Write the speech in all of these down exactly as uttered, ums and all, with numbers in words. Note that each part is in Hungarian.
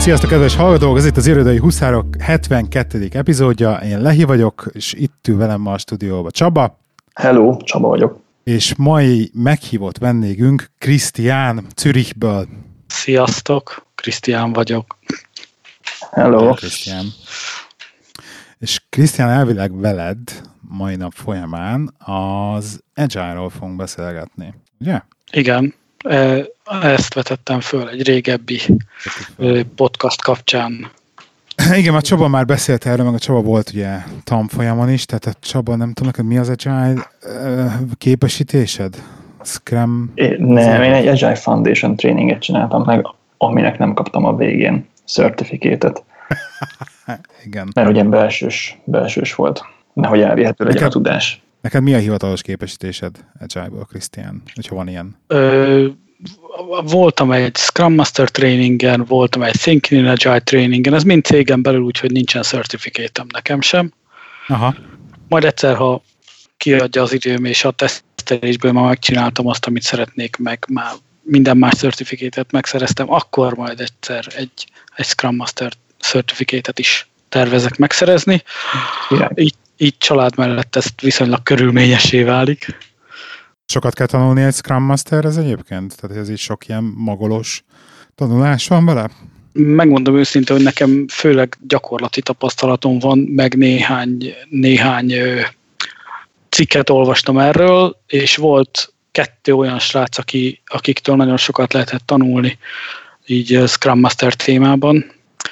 Sziasztok, kedves hallgatók! Ez itt az Irodai Huszárok hetvenkettedik epizódja. Én Lehi vagyok, és itt ül velem ma a stúdióban Csaba. Hello, Csaba vagyok. És mai meghívott vendégünk Krisztián Zürichből. Sziasztok, Krisztián vagyok. Hello. Krisztián. És Krisztián, elvileg veled mai nap folyamán az Agile-ról fogunk beszélgetni, ugye? Igen, ezt vetettem föl egy régebbi podcast kapcsán. Igen, a Csaba már beszélt erről, meg a Csaba volt ugye tanfolyamon is, tehát a Csaba, nem tudom neked mi az Agile képesítésed? Scrum? É, nem, én egy Agile Foundation tréninget csináltam meg, aminek nem kaptam a végén certificate-et. Igen. Mert ugye belsős, belsős volt. Nehogy elvihető legyen a tudás. Neked mi a hivatalos képesítésed Agile-ból, Krisztián? Hogyha van ilyen? Ö, voltam egy Scrum Master tréningen, voltam egy Thinking in Agile tréningen, ez mind cégen belül, úgyhogy nincsen certificate-em nekem sem. Aha. Majd egyszer, ha kiadja az időm, és a tesztelésből már megcsináltam azt, amit szeretnék, meg már minden más certificate-et megszereztem, akkor majd egyszer egy, egy Scrum Master certificate-et is tervezek megszerezni. Yeah. Így, így család mellett ez viszonylag körülményessé válik. Sokat kell tanulni egy Scrum Masterhez egyébként? Tehát ez is sok ilyen magolós tanulás van vele? Megmondom őszintén, hogy nekem főleg gyakorlati tapasztalatom van, meg néhány, néhány ö, cikket olvastam erről, és volt kettő olyan srác, aki, akiktől nagyon sokat lehetett tanulni így Scrum Master témában,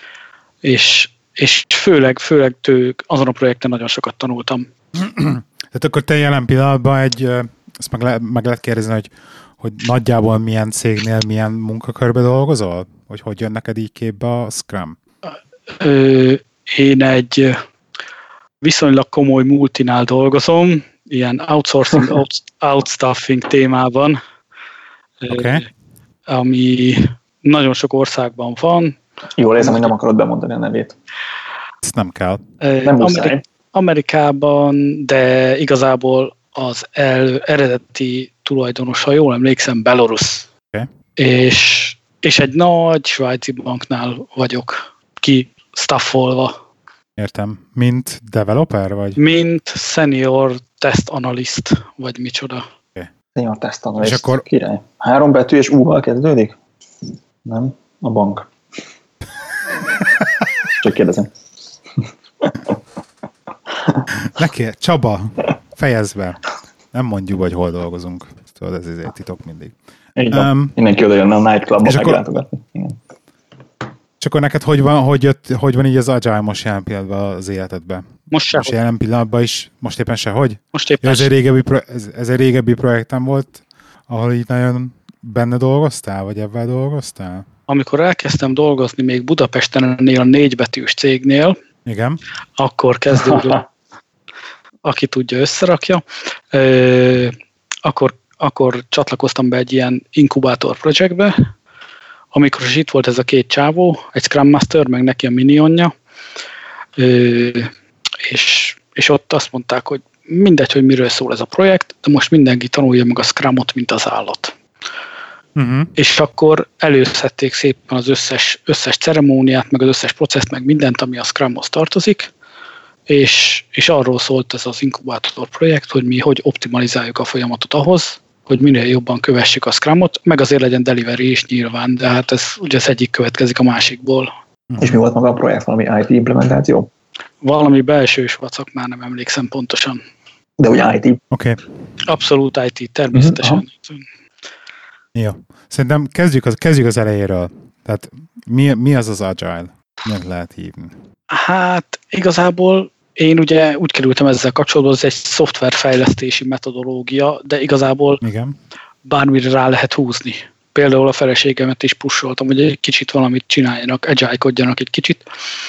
és, és főleg, főleg tők, azon a projekten nagyon sokat tanultam. Tehát akkor te jelen pillanatban egy, ezt meg, le, meg lehet kérdezni, hogy, hogy nagyjából milyen cégnél, milyen munkakörbe dolgozol? Hogy hogy jön neked így képbe a Scrum? Ö, én egy viszonylag komoly multinál dolgozom, ilyen outsourcing, out, outstaffing témában, Okay. ami nagyon sok országban van. Jól érzem, hogy nem akarod bemondani a nevét. Ezt nem kell. Nem muszáj. Amerik- Amerikában, de igazából az el, eredeti tulajdonos, ha jól emlékszem, Belarus. Okay. És, és egy nagy svájci banknál vagyok ki staffolva. Értem. Mint developer, vagy? Mint senior test analyst, vagy micsoda. Senior test analyst. És akkor... Király. Három betű és U-val kezdődik? Nem? A bank. Csak kérdezem. Neki, Csaba, fejezd be. Nem mondjuk, hogy hol dolgozunk. Tudod, ez egy titok mindig. Így van. Um, Mindenki oda jönne a nightclubba meglátogatni. Igen. És akkor neked hogy van, hogy, jött, hogy van így az Agile most jelen pillanatban az életedben? Most sehogy. Most jelen pillanatban is? Most éppen sehogy? Most éppen ja, ez, egy régebbi pro, ez, ez egy régebbi projektem volt, ahol így nagyon benne dolgoztál, vagy ebben dolgoztál? Amikor elkezdtem dolgozni még Budapesten ennél a négybetűs cégnél, igen. Akkor kezdődött, aki tudja, összerakja, ö, akkor, akkor csatlakoztam be egy ilyen inkubátor projektbe, amikor is itt volt ez a két csávó, egy Scrum Master, meg neki a minionja, ö, és, és ott azt mondták, hogy mindegy, hogy miről szól ez a projekt, de most mindenki tanulja meg a Scrumot, mint az állat. Uh-huh. És akkor előszedték szépen az összes, összes ceremóniát, meg az összes processzt, meg mindent, ami a Scrumhoz tartozik, és, és arról szólt ez az inkubátor projekt, hogy mi hogy optimalizáljuk a folyamatot ahhoz, hogy minél jobban kövessük a Scrumot, meg azért legyen delivery is nyilván, de hát ez ugye az egyik következik a másikból. Uh-huh. És mi volt maga a projekt? Valami i té implementáció? Valami belsős vacak, már nem emlékszem pontosan. De ugye i té? Oké. Okay. Abszolút i té, természetesen. Uh-huh. Jó. Szerintem kezdjük az, kezdjük az elejéről. Tehát mi, mi az az Agile? Miért lehet hívni? Hát igazából én ugye úgy kerültem ezzel kapcsolatban, ez egy szoftverfejlesztési metodológia, de igazából igen. Bármire rá lehet húzni. Például a feleségemet is pusoltam, hogy egy kicsit valamit csináljanak, agile-kodjanak egy kicsit,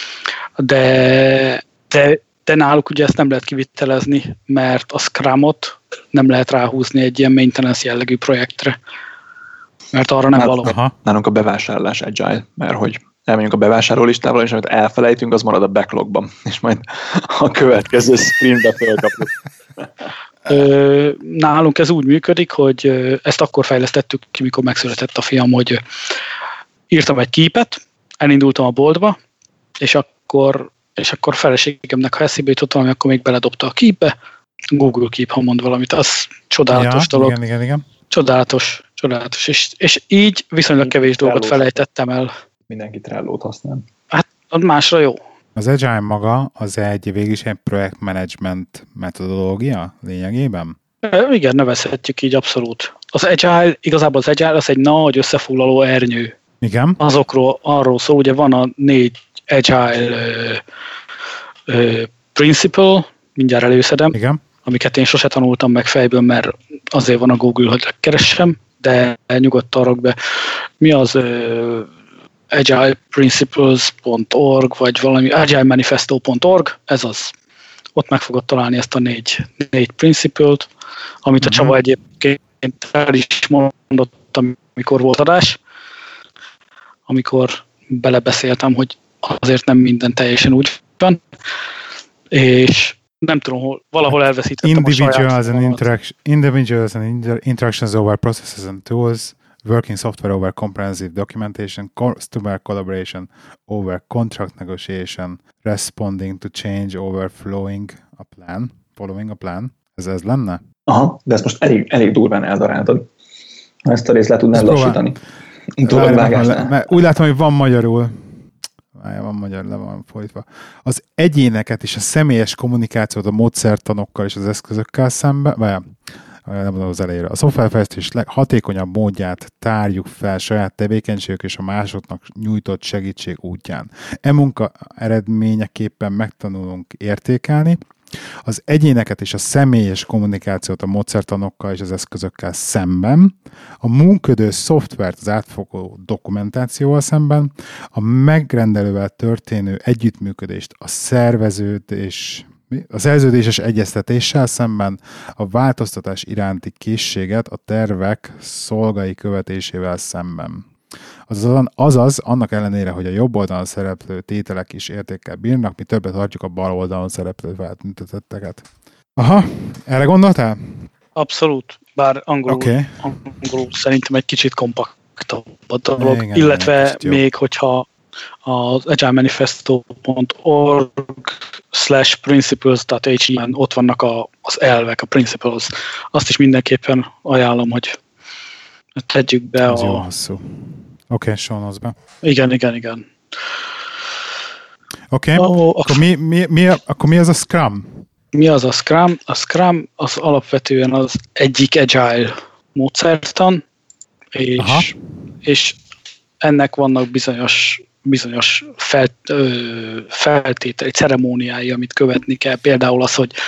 de, de, de náluk ugye ezt nem lehet kivitelezni, mert a Scrumot nem lehet ráhúzni egy ilyen maintenance jellegű projektre. Mert arra nem való. Nálunk a bevásárlás agile, mert hogy elmegyünk a bevásárlólistával, és amit elfelejtünk, az marad a backlogban, és majd a következő sprintbe fölkapjuk. Ö, nálunk ez úgy működik, hogy ezt akkor fejlesztettük ki, mikor megszületett a fiam, hogy írtam egy képet, elindultam a boltba, és akkor, és akkor feleségemnek, ha eszébe jutott valami, akkor még beledobta a Keepbe, Google Keep, ha mond valamit, az csodálatos ja, dolog. Igen, igen, igen. Csodálatos, csodálatos. És, és így viszonylag kevés dolgot felejtettem el. Mindenki Trello-t használ. Hát másra jó. Az Agile maga az egy végülis egy projektmenedzsment metodológia lényegében? E, igen, nevezhetjük így abszolút. Az Agile, igazából az Agile az egy nagy összefoglaló ernyő. Igen. Azokról, arról szól, ugye van a négy Agile ö, ö, principle, mindjárt előszedem, Igen. amiket én sose tanultam meg fejből, mert azért van a Google, hogy keressem, de nyugodtan rakok be. Mi az ö, agile principles pont org, vagy valami agile manifesto pont org, ez az. Ott meg fogod találni ezt a négy, négy principle-t, amit uh-huh. a Csaba egyébként el is mondott, amikor volt adás, amikor belebeszéltem, hogy azért nem minden teljesen úgy van, és nem tudom, hol, valahol elveszítettem individuals a saját and interaction, Individuals and inter- interactions over processes and tools, working software over comprehensive documentation, customer collaboration over contract negotiation, responding to change over flowing a plan, following a plan. Ez ez lenne? Aha, de ezt most elég, elég durván eldaráltad. Ezt a részt le tudnál lassítani. Úgy látom, hogy van magyarul. Várjál, van magyar, le van fordítva. Az egyéneket és a személyes kommunikációt a módszertanokkal és az eszközökkel szemben, vagy nem mondom az elejére. A szoftverfejlesztés hatékonyabb módját tárjuk fel saját tevékenységük és a másoknak nyújtott segítség útján. E munka eredményeképpen megtanulunk értékelni, az egyéneket és a személyes kommunikációt a módszertanokkal és az eszközökkel szemben, a működő szoftvert az átfogó dokumentációval szemben, a megrendelővel történő együttműködést a szerveződés, a szerződéses egyeztetéssel szemben, a változtatás iránti készséget a tervek szolgai követésével szemben. Azaz, azaz, annak ellenére, hogy a jobb oldalon szereplő tételek is értékkel bírnak, mi többet tartjuk a bal oldalon szereplő feltüntetetteket. Aha, erre gondoltál? Abszolút, bár angolul, okay. angolul szerintem egy kicsit kompaktabb a dolog, igen, illetve még, hogyha az agile manifesto pont org slash principles dot h e ott vannak a, az elvek, a principles. Azt is mindenképpen ajánlom, hogy tegyük be az a... jó hosszú. Oké, okay, show be. Igen, igen, igen. Oké, okay. oh, akkor, mi, mi, mi, akkor mi az a Scrum? Mi az a Scrum? A Scrum az alapvetően az egyik agile módszertan, és, és ennek vannak bizonyos, bizonyos fel, ö, feltételi, ceremóniái, amit követni kell. Például az, hogy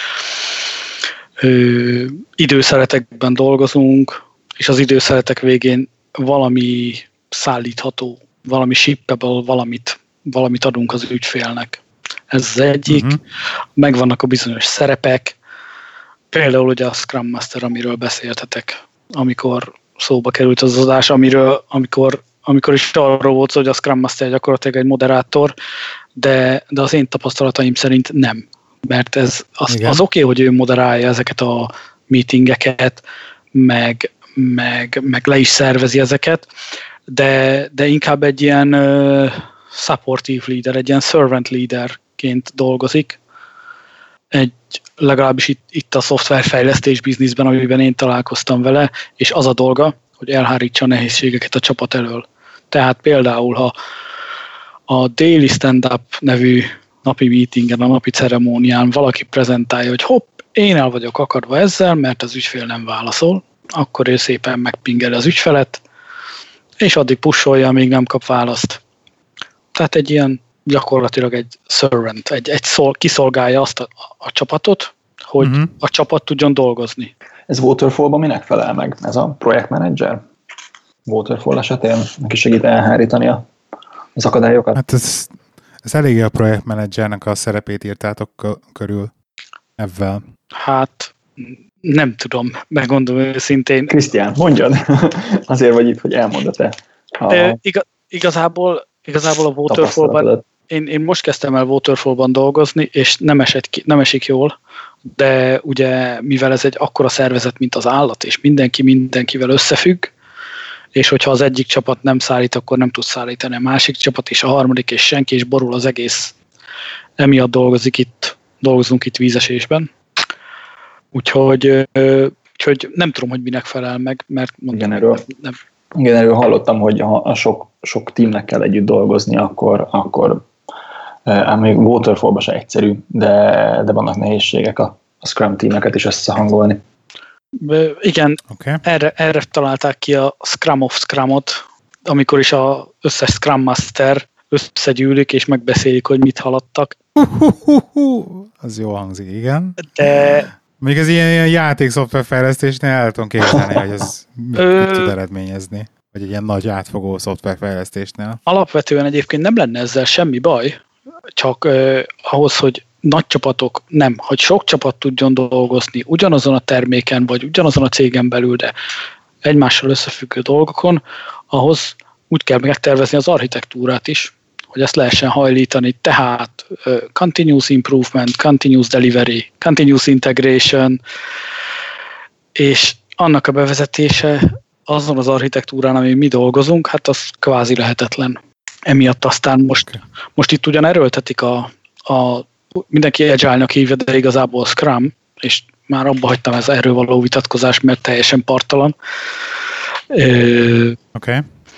ö, időszeletekben dolgozunk, és az időszeletek végén valami szállítható, valami shippable, valamit, valamit adunk az ügyfélnek. Ez az egyik. Uh-huh. Megvannak a bizonyos szerepek, például ugye a Scrum Master, amiről beszéltetek, amikor szóba került az adás, amiről, amikor, amikor is arról volt szó, hogy a Scrum Master gyakorlatilag egy moderátor, de, de az én tapasztalataim szerint nem. Mert ez az, az oké, okay, hogy ő moderálja ezeket a meetingeket, meg, meg, meg le is szervezi ezeket, de, de inkább egy ilyen uh, supportive leader, egy ilyen servant leaderként dolgozik. Egy, legalábbis itt, itt a szoftverfejlesztés bizniszben, amiben én találkoztam vele, és az a dolga, hogy elhárítsa a nehézségeket a csapat elől. Tehát például, ha a Daily Stand-Up nevű napi meetingen, a napi ceremónián valaki prezentálja, hogy hopp, én el vagyok akadva ezzel, mert az ügyfél nem válaszol, akkor ő szépen megpingeli az ügyfelet, és addig pusolja, amíg nem kap választ. Tehát egy ilyen gyakorlatilag egy servant, egy, egy szol, kiszolgálja azt a, a csapatot, hogy uh-huh. a csapat tudjon dolgozni. Ez Waterfallban minek felel meg? Ez a projektmenedzser? Waterfall esetén neki segít elhárítani a, az akadályokat? Hát ez, ez eléggé a projektmenedzsernek a szerepét írtátok körül ebben. Hát nem tudom, megmondom őszintén. Krisztián, mondjad! Azért vagy itt, hogy elmondd te. A... E, igaz, igazából, igazából a Waterfallban, én, én most kezdtem el Waterfallban dolgozni, és nem, esett, nem esik jól, de ugye mivel ez egy akkora szervezet, mint az állat, és mindenki mindenkivel összefügg, és hogyha az egyik csapat nem szállít, akkor nem tud szállítani a másik csapat, és a harmadik, és senki, és borul az egész. Emiatt dolgozik itt, dolgozunk itt vízesésben. Úgyhogy, úgyhogy nem tudom, hogy minek felel meg, mert mondom, igen, erről, nem. Igen, erről hallottam, hogy ha a sok, sok teamnek kell együtt dolgozni, akkor, akkor ám még Waterfallban se egyszerű, de, de vannak nehézségek a, a Scrum teameket is összehangolni. Igen, okay. erre, erre találták ki a Scrum of Scrumot, amikor is az összes Scrum Master összegyűlik, és megbeszélik, hogy mit haladtak. Az jó hangzik, igen. De... Még az ilyen, ilyen játékszoftverfejlesztésnél el tudom képzelni, hogy ez mit, mit tud eredményezni. Vagy egy ilyen nagy átfogó szoftverfejlesztésnél. Alapvetően egyébként nem lenne ezzel semmi baj, csak eh, ahhoz, hogy nagy csapatok nem, hogy sok csapat tudjon dolgozni ugyanazon a terméken, vagy ugyanazon a cégen belül, de egymással összefüggő dolgokon, ahhoz úgy kell megtervezni az architektúrát is, hogy ezt lehessen hajlítani, tehát uh, continuous improvement, continuous delivery, continuous integration, és annak a bevezetése azon az architektúrán, amin mi dolgozunk, hát az kvázi lehetetlen. Emiatt aztán most, okay. most itt ugyan erőltetik a, a mindenki Agile-nak hívja, de igazából Scrum, és már abba hagytam ez erről való vitatkozás, mert teljesen parttalan. Oké. Okay.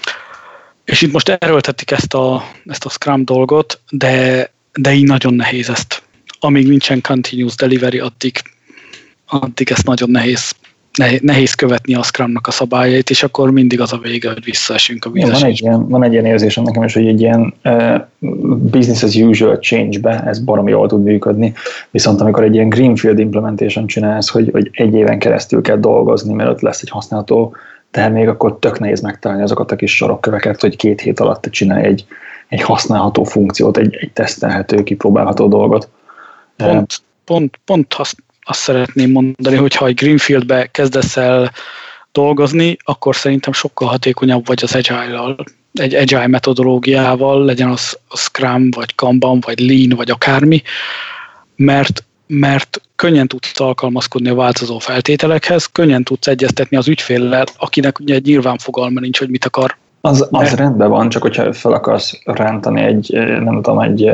És itt most erőltetik ezt a, ezt a Scrum dolgot, de, de így nagyon nehéz ezt. Amíg nincsen continuous delivery, addig, addig ezt nagyon nehéz, nehéz követni a Scrumnak a szabályait, és akkor mindig az a vége, hogy visszaesünk a vízesésbe. Van egy ilyen, van egy ilyen érzésem nekem is, hogy egy ilyen uh, business as usual change-be ez baromi jól tud működni, viszont amikor egy ilyen greenfield implementation csinálsz, hogy, hogy egy éven keresztül kell dolgozni, mert ott lesz egy használható termék, akkor tök nehéz megtalálni azokat a kis sarokköveket, hogy két hét alatt te csinálj egy, egy használható funkciót, egy, egy tesztelhető, kipróbálható dolgot. Pont, pont, pont azt, azt szeretném mondani, hogy ha egy greenfieldbe kezdesz el dolgozni, akkor szerintem sokkal hatékonyabb vagy az Agile-al, egy Agile metodológiával, legyen az Scrum, vagy Kanban, vagy Lean, vagy akármi, mert mert könnyen tudsz alkalmazkodni a változó feltételekhez, könnyen tudsz egyeztetni az ügyféllel, akinek ugye egy nyilván fogalma nincs, hogy mit akar. Az, az rendben van, csak hogyha fel akarsz rántani egy, nem tudom, egy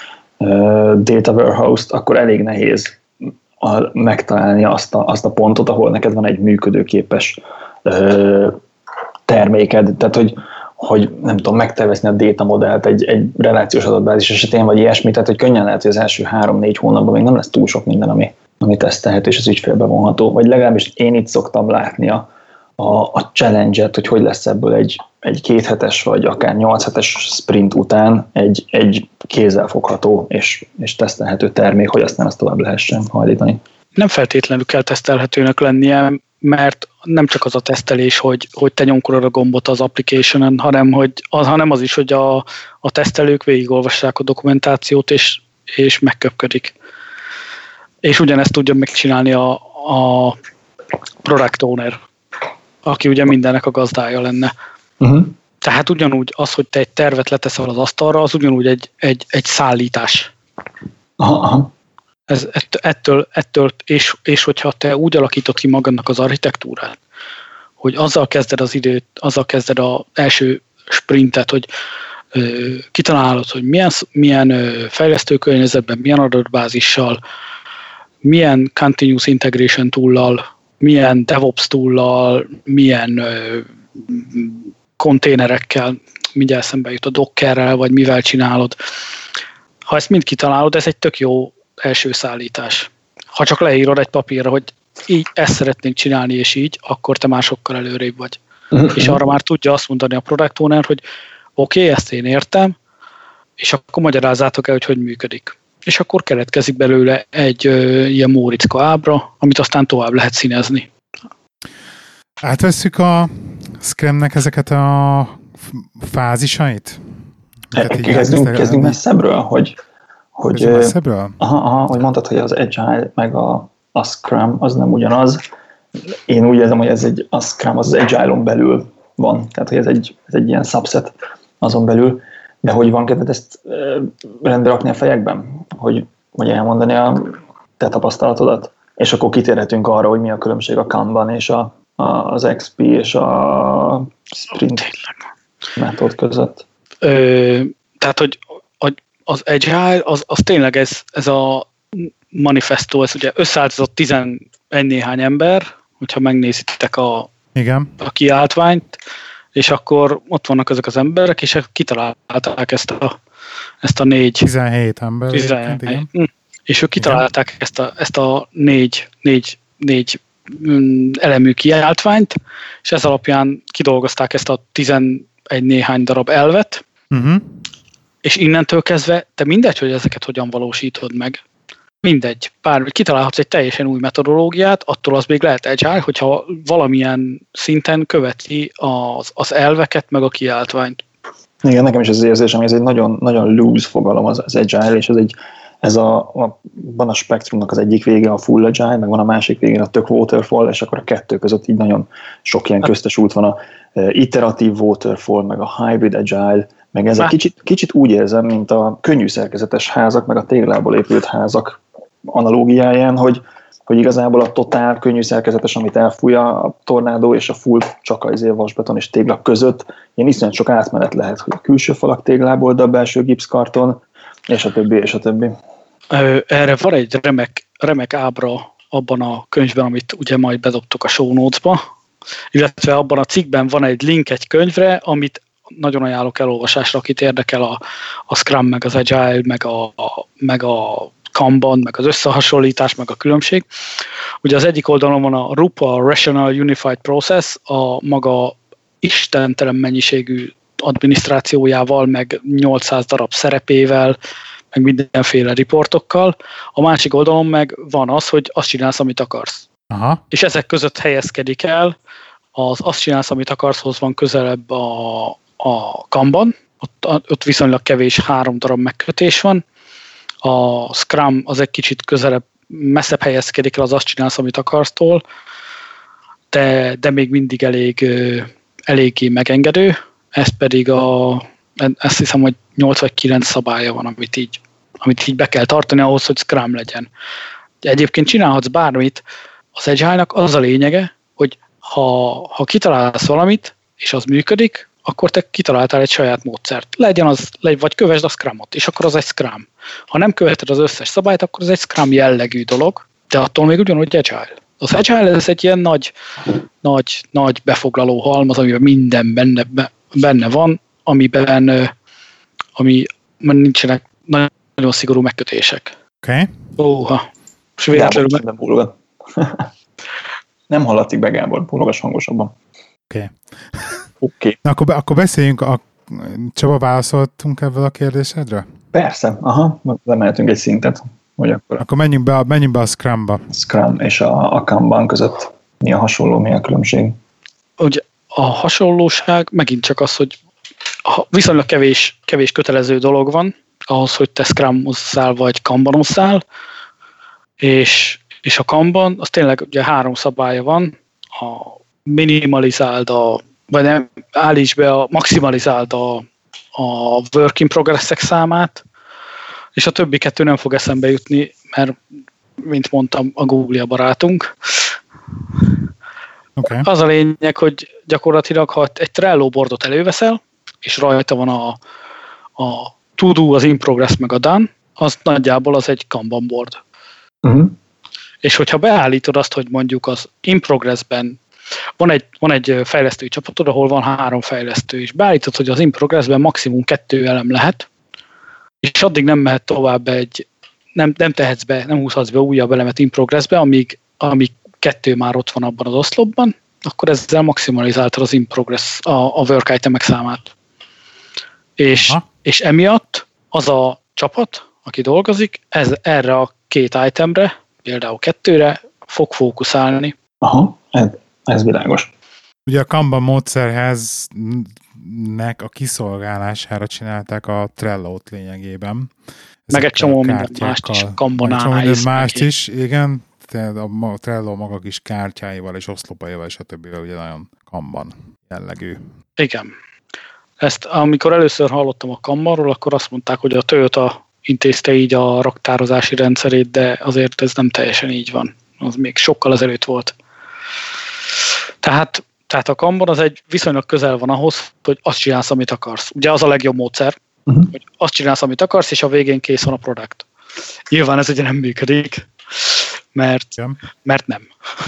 uh, data warehouse-t, akkor elég nehéz a, megtalálni azt a, azt a pontot, ahol neked van egy működőképes uh, terméked. Tehát, hogy hogy nem tudom, megtervezni a data modellt egy, egy relációs adatbázis esetén, vagy ilyesmi, tehát hogy könnyen lehet, hogy az első három-négy hónapban még nem lesz túl sok minden, ami, ami tesztelhető és az ügyfélbe vonható. Vagy legalábbis én itt szoktam látni a, a, a challenge-et, hogy hogy lesz ebből egy, egy kéthetes vagy akár nyolc hetes sprint után egy, egy kézzelfogható és, és tesztelhető termék, hogy aztán azt tovább lehessen hajlítani. Nem feltétlenül kell tesztelhetőnek lennie, mert nem csak az a tesztelés, hogy, hogy te nyomkodod a gombot az applicationen, hanem, hogy az, hanem az is, hogy a, a tesztelők végigolvassák a dokumentációt, és, és megköpködik. És ugyanezt tudja megcsinálni a, a product owner, aki ugye mindennek a gazdája lenne. Uh-huh. Tehát ugyanúgy az, hogy te egy tervet leteszel az asztalra, az ugyanúgy egy, egy, egy szállítás. Aha. Ez, ettől, ettől és, és hogyha te úgy alakítod ki magadnak az architektúrát, hogy azzal kezded az időt, azzal kezded az első sprintet, hogy ö, kitalálod, hogy milyen, milyen ö, fejlesztőkörnyezetben, milyen adatbázissal, milyen continuous integration tool-lal, milyen DevOps tool-lal, milyen ö, konténerekkel, mindjárt eszembe jut a Dockerrel, vagy mivel csinálod. Ha ezt mind kitalálod, ez egy tök jó első szállítás. Ha csak leírod egy papírra, hogy így ezt szeretnénk csinálni, és így, akkor te már sokkal előrébb vagy. Uh-huh. És arra már tudja azt mondani a product owner, hogy oké, okay, ezt én értem, és akkor magyarázzátok el, hogy hogy működik. És akkor keletkezik belőle egy ö, ilyen Móriczka ábra, amit aztán tovább lehet színezni. Átvesszük a Scrumnek ezeket a fázisait? Kezdünk, kezdünk messzebbről, hogy hogy, aha, aha, hogy mondtad, hogy az Agile meg a, a Scrum az nem ugyanaz. Én úgy érzem, hogy ez egy, a Scrum az, az Agile-on belül van, tehát hogy ez egy, ez egy ilyen subset azon belül, de hogy van kedved ezt rendbe rakni a fejekben, hogy, hogy elmondani a te tapasztalatodat, és akkor kitérhetünk arra, hogy mi a különbség a Kanban és a, az iksz pé és a Sprint metód között. Ö, tehát, hogy az Agile, az, az tényleg ez, ez a manifesto, ez ugye összeállt az a tizenegy néhány ember, hogyha megnézitek a, igen. a kiáltványt, és akkor ott vannak ezek az emberek, és kitalálták ezt a, ezt a négy... tizenhét ember. tizenhét, igen. És ők kitalálták ezt a, ezt a négy, négy, négy elemű kiáltványt, és ez alapján kidolgozták ezt a tizenegy néhány darab elvet, uh-huh. És innentől kezdve te mindegy, hogy ezeket hogyan valósítod meg. Mindegy. Bár kitalálhatsz egy teljesen új metodológiát, attól az még lehet agile, hogyha valamilyen szinten követi az, az elveket, meg a kiáltványt. Igen, nekem is az érzésem, hogy ez egy nagyon, nagyon loose fogalom az, az agile, és ez egy, ez a, a, van a spektrumnak az egyik vége a full agile, meg van a másik végén a tök waterfall, és akkor a kettő között így nagyon sok ilyen köztes út van, a iteratív waterfall, meg a hybrid agile, meg ez egy kicsit, kicsit úgy érzem, mint a könnyű szerkezetes házak, meg a téglából épült házak analógiáján, hogy, hogy igazából a totál könnyű szerkezetes, amit elfújja a tornádó, és a full csak az vasbeton és tégla között, ilyen iszonyat sok átmenet lehet, hogy a külső falak téglából, de a belső gipszkarton, és a többi, és a többi. Erre van egy remek, remek ábra abban a könyvben, amit ugye majd bedobtuk a show notes-ba, illetve abban a cikkben van egy link egy könyvre, amit nagyon ajánlok elolvasásra, akit érdekel a, a Scrum, meg az Agile, meg a, a, meg a Kanban, meg az összehasonlítás, meg a különbség. Ugye az egyik oldalon van a rupa, a Rational Unified Process, a maga istentelen mennyiségű adminisztrációjával, meg nyolcszáz darab szerepével, meg mindenféle riportokkal. A másik oldalon meg van az, hogy azt csinálsz, amit akarsz. Aha. És ezek között helyezkedik el, az azt csinálsz, amit akarszhoz van közelebb a, a Kanban, ott, ott viszonylag kevés három darab megkötés van. A Scrum az egy kicsit közelebb, messzebb helyezkedik el az azt csinálsz, amit akarsztól, de, de még mindig elég, eléggé megengedő. Ez pedig a, ezt hiszem, hogy nyolc vagy kilenc szabálya van, amit így, amit így be kell tartani ahhoz, hogy Scrum legyen. De egyébként csinálhatsz bármit, az Agile-nak az a lényege, hogy ha, ha kitalálsz valamit, és az működik, akkor te kitaláltál egy saját módszert. Legyen az, vagy kövesd a Scrumot, és akkor az egy Scrum. Ha nem követed az összes szabályt, akkor ez egy Scrum jellegű dolog, de attól még ugyanúgy Agile. Az Agile ez egy ilyen nagy, nagy, nagy befoglaló halmaz, amiben minden benne, benne van, amiben ami nincsenek nagyon szigorú megkötések. Oké. Okay. Óha. És véletlenül meg... Nem hallatszik be, Gábor, bólogass hangosabban. Oké. Okay. Oké. Okay. Na, akkor, akkor beszéljünk, a... Csaba, válaszoltunk ebből a kérdésedre? Persze, aha, lemeltünk egy szintet. Hogy akkor akkor menjünk be, a, menjünk be a Scrumba. Scrum és a, a Kanban között mi a hasonló, mi a különbség? Ugye a hasonlóság megint csak az, hogy viszonylag kevés, kevés kötelező dolog van ahhoz, hogy te Scrumozzál vagy Kanbanozzál, és, és a Kanban az tényleg ugye három szabálya van, a minimalizáld a, vagy nem, állíts be a maximalizáld a, a work in progress-ek számát, és a többi kettő nem fog eszembe jutni, mert, mint mondtam, a Google a barátunk. Okay. Az a lényeg, hogy gyakorlatilag, ha egy Trello boardot előveszel, és rajta van a, a to-do, az in progress, meg a done, az nagyjából az egy Kanban board. Uh-huh. És hogyha beállítod azt, hogy mondjuk az in progress-ben van egy, van egy fejlesztői csapatod, ahol van három fejlesztő, és beállítod, hogy az in progress-ben maximum kettő elem lehet, és addig nem mehet tovább egy, nem, nem tehetsz be, nem húzhatsz be újabb elemet in progress-be, amíg, amíg kettő már ott van abban az oszlopban, akkor ezzel maximalizáltad az in progress, a, a work itemek számát. És, és emiatt az a csapat, aki dolgozik, ez, erre a két itemre, például kettőre fog fókuszálni. Aha, ez, ez világos. Ugye a Kanban módszerhez nek a kiszolgálására csinálták a Trello-t lényegében. Meg egy csomó minden mást is, Kanban-ánáiz. Mást is, igen. A Trello maga kis kártyáival és oszlopaival és a többivel ugye nagyon Kanban jellegű. Igen. Ezt amikor először hallottam a Kanbanról, akkor azt mondták, hogy a Toyota intézte így a raktározási rendszerét, de azért ez nem teljesen így van. Az még sokkal ezelőtt volt. Tehát, tehát a Kanban az egy viszonylag közel van ahhoz, hogy azt csinálsz, amit akarsz. Ugye az a legjobb módszer, uh-huh. hogy azt csinálsz, amit akarsz, és a végén kész van a product. Nyilván ez ugye nem működik, mert, mert nem.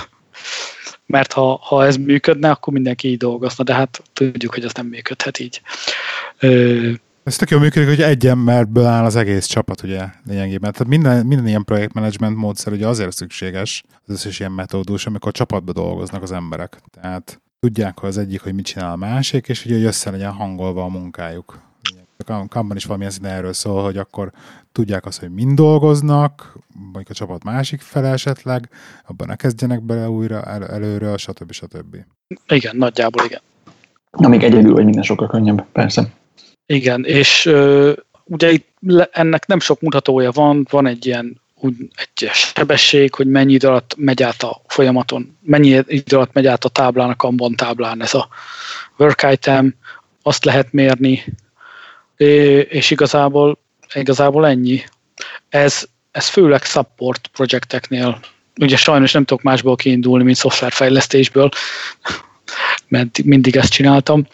Mert ha, ha ez működne, akkor mindenki így dolgozna, de hát tudjuk, hogy az nem működhet így. Ö... Ez tök jól működik, hogy egy emberből áll az egész csapat, ugye, lényegében. Tehát minden, minden ilyen projektmenedzsment módszer ugye azért szükséges, az összes ilyen metódus, amikor csapatban dolgoznak az emberek. Tehát tudják, hogy az egyik, hogy mit csinál a másik, és ugye, hogy össze legyen hangolva a munkájuk. A Kanban is valamilyen színe erről szól, hogy akkor tudják azt, hogy mind dolgoznak, vagy a csapat másik fele esetleg, abban ne kezdjenek bele újra el, előről, stb. stb. Igen, nagyjából igen. Amíg egyedül vagy minden sokkal könnyebb, persze. Igen, és ö, ugye itt le, ennek nem sok mutatója van, van egy ilyen úgy, egy sebesség, hogy mennyi idő alatt megy át a folyamaton, mennyi idő alatt megy át a táblán, a Kanban táblán ez a work item, azt lehet mérni, és igazából, igazából ennyi. Ez, ez főleg support projekteknél, ugye sajnos nem tudok másból kiindulni, mint szoftverfejlesztésből, mert mindig ezt csináltam.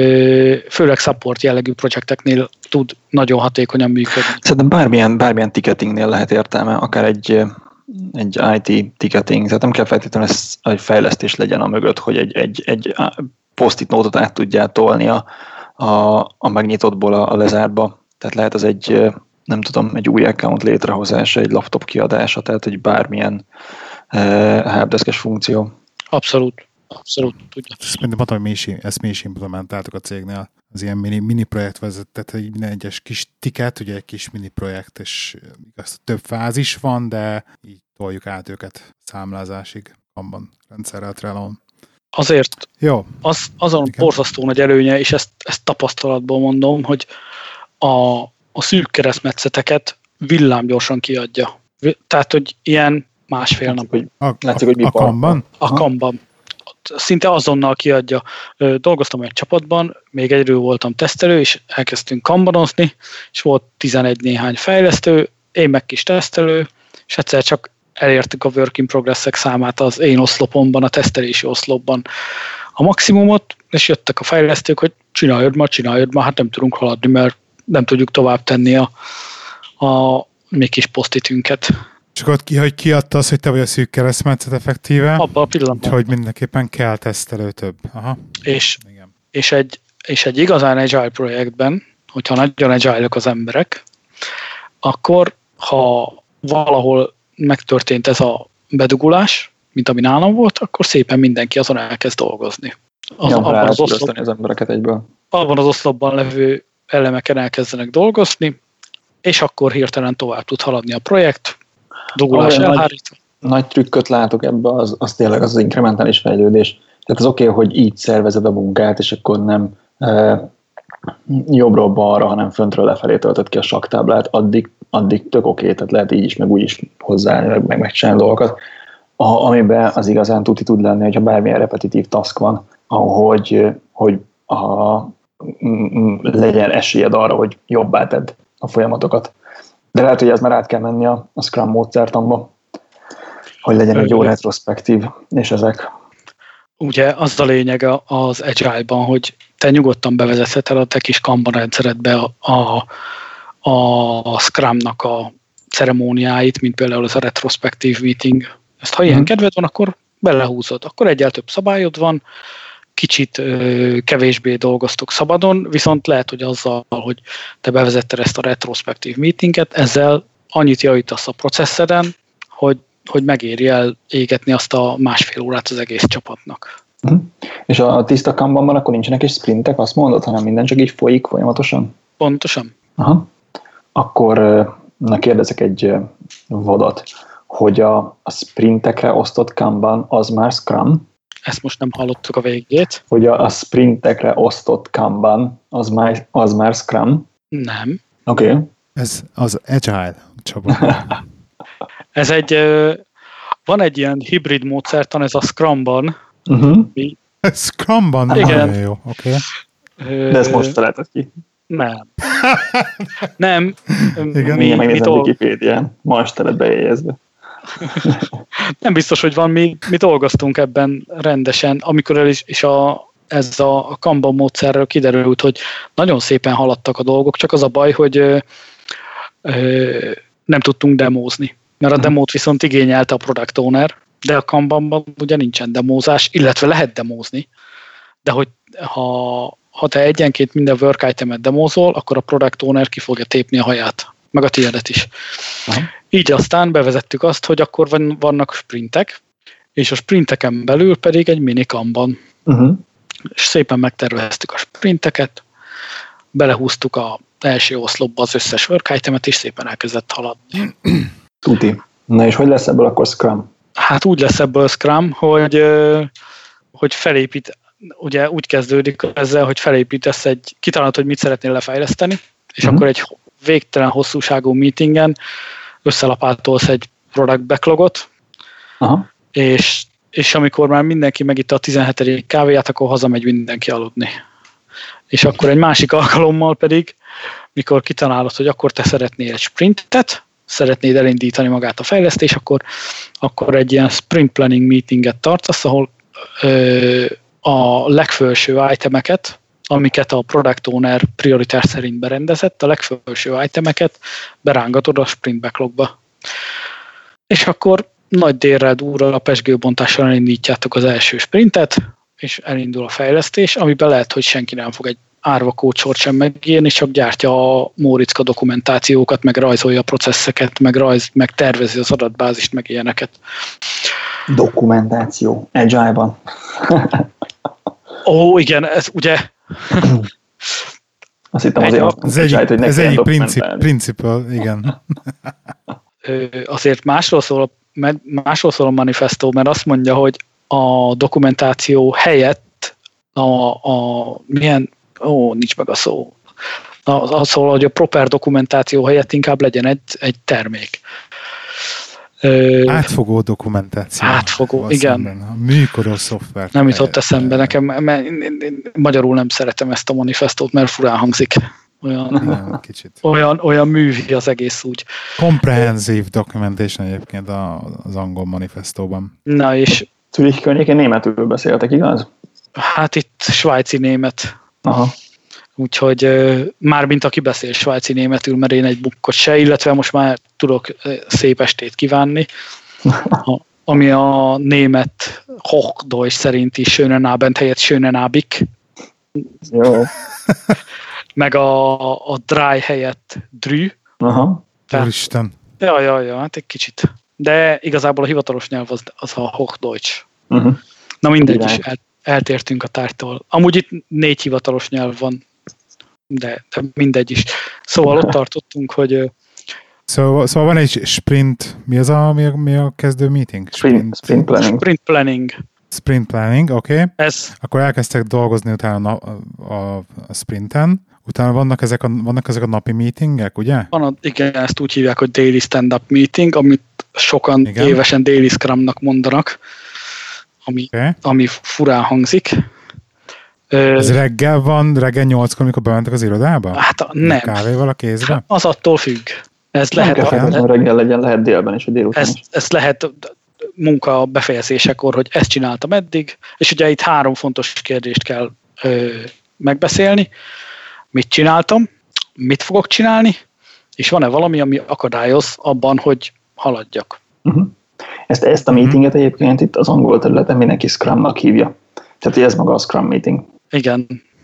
Főleg support jellegű projekteknél tud nagyon hatékonyan működni. Szerintem bármilyen, bármilyen ticketingnél lehet értelme, akár egy, egy i té ticketing, tehát nem kell feltétlenül egy fejlesztés legyen a mögött, hogy egy, egy, egy post-it nótot át tudjál tolni a a, a megnyitottból a, a lezártba. Tehát lehet az egy, nem tudom, egy új account létrehozása, egy laptop kiadása, tehát egy bármilyen uh, helpdeskes funkció. Abszolút. Abszolút. Tudja. Ezt mondom, hogy mi is, ezt mi is implementáltuk a cégnél. Az ilyen mini, mini projekt vezetett, hogy minden egyes kis ticket, ugye egy kis mini projekt, és igaz, több fázis van, de így toljuk át őket számlázásig abban rendszerrel Trello-n. Azért Jó. Az, azon borzasztó nagy előnye, és ezt, ezt tapasztalatból mondom, hogy a, a szűk keresztmetszeteket villámgyorsan kiadja. Tehát, hogy ilyen másfél nap. Hogy a, látszik, hogy a, a Kanban? A Kanban. Szinte azonnal kiadja. Dolgoztam egy csapatban, még egyről voltam tesztelő, és elkezdtünk kanbanozni, és volt tizenegy néhány fejlesztő, én meg kis tesztelő, és egyszer csak elértük a work in progress-ek számát az én oszlopomban, a tesztelési oszlopban a maximumot, és jöttek a fejlesztők, hogy csináljad ma, csináljad ma, hát nem tudunk haladni, mert nem tudjuk tovább tenni a, a mi kis posztitünket. És akkor ki, hogy kiadta az, hogy te vagy a szűk keresztmetszet effektíve? Abban a pillanatban. Hogy mindenképpen kell tesztelő több. Aha. És, és, egy, és egy igazán agile projektben, hogyha nagyon agile-ok az emberek, akkor ha valahol megtörtént ez a bedugulás, mint ami nálam volt, akkor szépen mindenki azon elkezd dolgozni. Az, ja, abban, az oszlop, az embereket egyből. abban az oszlopban levő elemeken elkezdenek dolgozni, és akkor hirtelen tovább tud haladni a projekt, dugulás elhárítva. Nagy, nagy trükköt látok ebbe, az, az tényleg az, az inkrementális fejlődés. Tehát az oké, okay, hogy így szervezed a munkát, és akkor nem e, jobbról balra, hanem föntről lefelé töltött ki a sakktáblát, addig, addig tök oké, okay, tehát lehet így is, meg úgy is hozzáállni, meg, meg megcsinálni dolgokat. A, amiben az igazán tuti tud lenni, hogyha bármilyen repetitív task van, ahogy, hogy a, m- legyen esélyed arra, hogy jobbá tedd a folyamatokat. De lehet, hogy ez már át kell menni a, a Scrum módszertanba, hogy legyen egy jó retrospektív, és ezek. Ugye az a lényeg az Agile-ban, hogy te nyugodtan bevezetheted a te kis Kanban rendszeredbe a, a, a Scrum-nak a ceremóniáit, mint például ez a retrospektív meeting. Ezt ha ilyen mm. kedved van, akkor belehúzod. Akkor egyel több szabályod van, kicsit ö, kevésbé dolgoztok szabadon, viszont lehet, hogy azzal, hogy te bevezetted ezt a retrospektív meetinget, ezzel annyit javítasz a processzeden, hogy, hogy megéri el égetni azt a másfél órát az egész csapatnak. Mm. És a tiszta Kanbanban akkor nincsenek is sprintek, azt mondod, hanem minden csak így folyik folyamatosan? Pontosan. Aha. Akkor na kérdezek egy vadat, hogy a, a sprintekre osztott Kanban az már Scrum? Ezt most nem hallottuk a végét. Hogy a, a sprintekre osztott Kanban az már, az már Scrum? Nem. Oké. Okay. Ez az Agile csapat. Ez egy, van egy ilyen hibrid módszertan, ez a Scrumban. Uh-huh. Mi... Scrumban? Igen. Jó, oké. Okay. De ezt most találtad ki. Nem. Nem. Igen. Mi, megnézem dolg... Wikipédián. Ma este lett bejegyezve. nem biztos, hogy van, mi, mi dolgoztunk ebben rendesen, amikor el is, és a, ez a, a Kanban módszerről kiderült, hogy nagyon szépen haladtak a dolgok, csak az a baj, hogy ö, ö, nem tudtunk demózni, mert a demót viszont igényelte a product owner, de a Kanbanban ugye nincsen demózás, illetve lehet demózni, de hogy ha, ha te egyenként minden work itemet demózol, akkor a product owner ki fogja tépni a haját, meg a tiédet is. Aha. Így aztán bevezettük azt, hogy akkor van, vannak sprintek, és a sprinteken belül pedig egy mini Kanban. Uh-huh. És szépen megterveztük a sprinteket, belehúztuk az első oszlopba az összes work itemet, és szépen elkezdett haladni. Tuti. Na és hogy lesz ebből akkor Scrum? Hát úgy lesz ebből Scrum, hogy, hogy felépít, ugye úgy kezdődik ezzel, hogy felépítesz egy, kitalálod, hogy mit szeretnél lefejleszteni, és uh-huh. akkor egy végtelen hosszúságú meetingen összelapátolsz egy product backlogot, uh-huh. és, és amikor már mindenki megitta a tizenhetedik kávéját, akkor hazamegy mindenki aludni. És akkor egy másik alkalommal pedig, mikor kitalálod, hogy akkor te szeretnél egy sprintet, szeretnéd elindítani magát a fejlesztés, akkor, akkor egy ilyen sprint planning meetinget tartasz, ahol ö, a legfelső itemeket, amiket a product owner prioritás szerint berendezett, a legfelső itemeket berángatod a sprint backlogba. És akkor nagy délrel durral a pezsgőbontással elindítjátok az első sprintet, és elindul a fejlesztés, amiben lehet, hogy senki nem fog egy árva kódsort sem megírni, csak gyártja a Móriczka dokumentációkat, meg rajzolja a processzeket, meg, rajz, meg tervezi az adatbázist, meg ilyeneket. Dokumentáció. Agile-ban. Ó, igen, ez ugye... Azt hittem azért az, az egyik, hogy ez egyik princip, principal, igen. Azért másról szól, másról szól a manifesto, mert azt mondja, hogy a dokumentáció helyett a, a milyen, ó, nincs meg a szó, az szól, hogy a proper dokumentáció helyett inkább legyen egy, egy termék. Átfogó dokumentáció. Átfogó, igen. Szemben, a működő szoftvert. Nem jutott eszembe nekem, mert én, én, én magyarul nem szeretem ezt a manifestót, mert furán hangzik. Olyan, igen, kicsit. olyan, olyan művi az egész úgy. Comprehensive documentation egyébként az angol manifestóban. Na és... Zürich környékén németül beszéltek, igaz? Hát itt svájci német. Aha. Úgyhogy mármint aki beszél svájci németül, mert én egy bukkot se, illetve most már tudok szép estét kívánni, a, ami a német Hochdeutsch szerinti Schönen Abend helyett Schönen Abik. Jó. Meg a, a Dry helyett Drü. Aha. Úristen. Ja, ja, ja, hát egy kicsit. De igazából a hivatalos nyelv az, az a Hochdeutsch. Uh-huh. Na mindegy is, el, eltértünk a tárgytól. Amúgy itt négy hivatalos nyelv van, de, de mindegy is. Szóval ott tartottunk, hogy... Szóval, szóval van egy sprint, mi az a, mi a, mi a kezdő meeting? Sprint, sprint planning. Sprint planning. Sprint planning, oké. Okay. Ez. Akkor elkezdtek dolgozni utána a, a, a sprinten. Utána vannak ezek, a, vannak ezek a napi meetingek, ugye? Van a, igen, ezt úgy hívják, hogy daily stand-up meeting, amit sokan igen. évesen daily scrumnak mondanak, ami, okay. ami furán hangzik. Ez reggel van, reggel nyolckor, amikor bementek az irodába? Hát a, nem. Kávéval a kézbe? Az attól függ. Ez nem lehet, kell, a, reggel legyen, lehet délben is, vagy délután ez, is. Ez lehet munka befejezésekor, hogy ezt csináltam eddig, és ugye itt három fontos kérdést kell ö, megbeszélni. Mit csináltam, mit fogok csinálni, és van-e valami, ami akadályoz abban, hogy haladjak. Uh-huh. Ezt, ezt a meetinget uh-huh. egyébként itt az angol területen mindenki Scrumnak hívja. Tehát ez maga a Scrum meeting. Igen.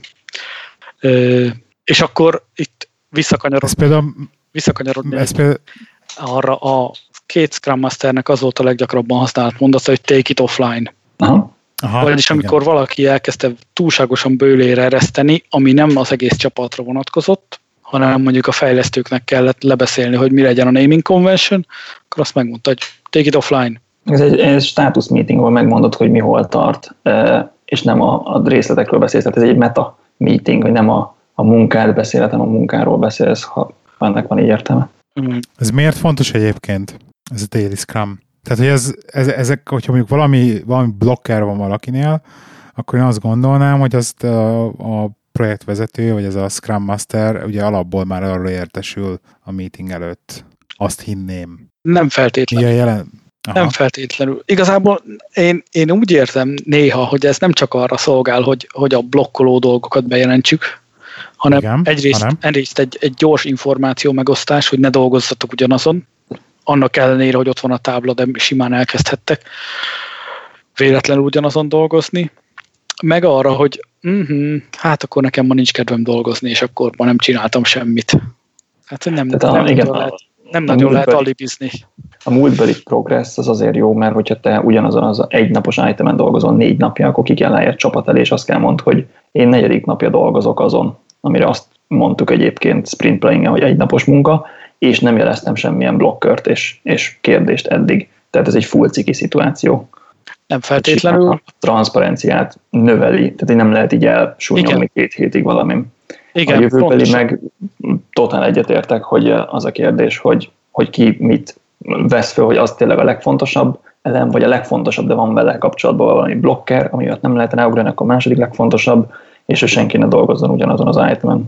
Ö, és akkor itt visszakanyarodni. Ez például... Visszakanyarodni. Ez például... Arra a két Scrum Masternek az volt a leggyakrabban használt mondata, hogy take it offline. Aha. Aha, vagyis amikor igen. valaki elkezdte túlságosan bőlére ereszteni, ami nem az egész csapatra vonatkozott, hanem mondjuk a fejlesztőknek kellett lebeszélni, hogy mi legyen a naming convention, akkor azt megmondta, hogy take it offline. Ez egy, egy status meeting, ahol megmondod, hogy mi hol tart, és nem a, a részletekről beszélsz. Tehát ez egy meta meeting, hogy nem a, a munkád beszél, hanem a munkáról beszélsz, ha ennek van így értelme. Mm. Ez miért fontos egyébként, ez a daily scrum? Tehát, hogy ez, ez, ezek, hogyha mondjuk valami, valami blokker van valakinél, akkor én azt gondolnám, hogy azt a, a projektvezető, vagy ez a Scrum Master ugye alapból már arról értesül a meeting előtt. Azt hinném. Nem feltétlenül. Jelen... Aha. Nem feltétlenül. Igazából én, én úgy érzem néha, hogy ez nem csak arra szolgál, hogy, hogy a blokkoló dolgokat bejelentsük, hanem Igen, egyrészt, hanem. egyrészt egy, egy gyors információ megosztás, hogy ne dolgozzatok ugyanazon, annak ellenére, hogy ott van a tábla, de simán elkezdhettek véletlenül ugyanazon dolgozni, meg arra, hogy uh-huh, hát akkor nekem ma nincs kedvem dolgozni, és akkor ma nem csináltam semmit. Hát nem, nem, a, igen, nagyon, lehet, nem a nagyon lehet alibizni. A múltbeli progress az azért jó, mert hogyha te ugyanazon az egynapos itemen dolgozol négy napja, akkor ki kell egy csapat elé, és azt kell mondd, hogy én negyedik napja dolgozok azon, amire azt mondtuk egyébként sprint planning, hogy egynapos munka, és nem jeleztem semmilyen blokkört és, és kérdést eddig. Tehát ez egy full ciki szituáció. Nem feltétlenül. A transzparenciát növeli, tehát nem lehet így elsúnyogni két hétig valamin. Igen, a jövőbeli meg totál egyetértek, hogy az a kérdés, hogy, hogy ki mit vesz föl, hogy az tényleg a legfontosabb elem, vagy a legfontosabb, de van vele kapcsolatban valami blokker, ami miatt nem lehet ráugrani, akkor a második legfontosabb, és hogy senki ne dolgozzon ugyanazon az itemen.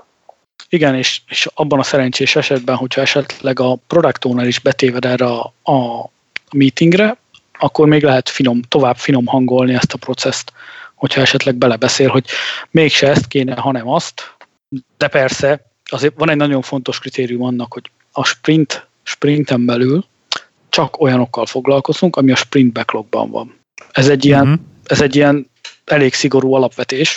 Igen, és, és abban a szerencsés esetben, hogyha esetleg a product owner is betéved erre a, a meetingre, akkor még lehet finom, tovább finom hangolni ezt a processzt, hogyha esetleg belebeszél, hogy mégse ezt kéne, hanem azt. De persze, azért van egy nagyon fontos kritérium annak, hogy a sprint, sprinten belül csak olyanokkal foglalkozunk, ami a sprint backlogban van. Ez egy ilyen, uh-huh. ez egy ilyen elég szigorú alapvetés,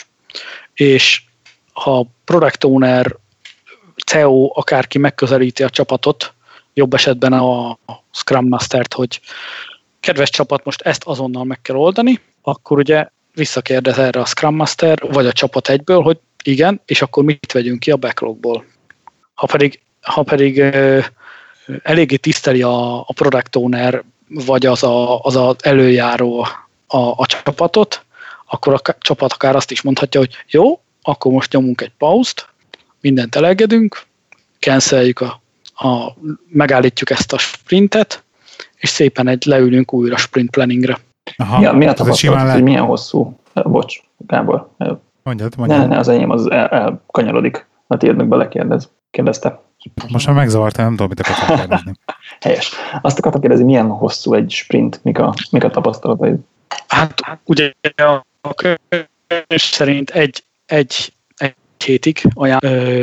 és ha product owner, cé e o, akárki megközelíti a csapatot, jobb esetben a Scrum Mastert, hogy kedves csapat, most ezt azonnal meg kell oldani, akkor ugye visszakérdez erre a Scrum Master, vagy a csapat egyből, hogy igen, és akkor mit vegyünk ki a backlogból. Ha pedig, ha pedig uh, eléggé tiszteli a, a product owner, vagy az a, az a előjáró a, a csapatot, akkor a csapat akár azt is mondhatja, hogy jó, akkor most nyomunk egy pauzt, mindent elengedünk, canceljük a, a, megállítjuk ezt a sprintet, és szépen egy leülünk újra sprint planningre. Aha, ja, mi a tapasztalat, hogy milyen hosszú? Bocs, Gábor. Mondjad, mondjad. Ne, ne, az enyém az elkanyarodik. El a tiéd meg belekérdez. Kérdezte. Most már megzavartál, nem tudom, mit akartam kérdezni. Helyes. Azt akartam kérdezni, milyen hosszú egy sprint, mik a, mik a tapasztalatai? Hát ugye a könyv szerint egy, egy, egy hétig ajánl,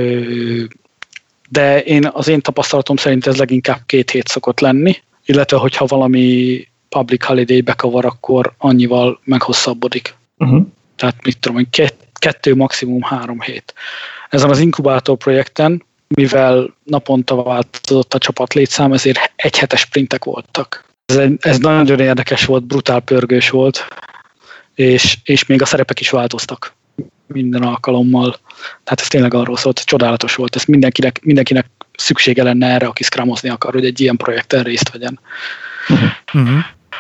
de én, az én tapasztalatom szerint ez leginkább két hét szokott lenni, illetve hogyha valami public holiday bekavar, akkor annyival meghosszabbodik. Uh-huh. Tehát mit tudom, hogy két, kettő, maximum három hét. Ezen az inkubátor projekten, mivel naponta változott a csapat létszám, ezért egyhetes sprintek voltak. Ez, egy, ez nagyon érdekes volt, brutál pörgős volt, és, és még a szerepek is változtak minden alkalommal. Tehát ez tényleg arról szólt, csodálatos volt. Ez mindenkinek, mindenkinek szüksége lenne erre, aki scrumozni akar, hogy egy ilyen projekten részt vegyen. Uh-huh.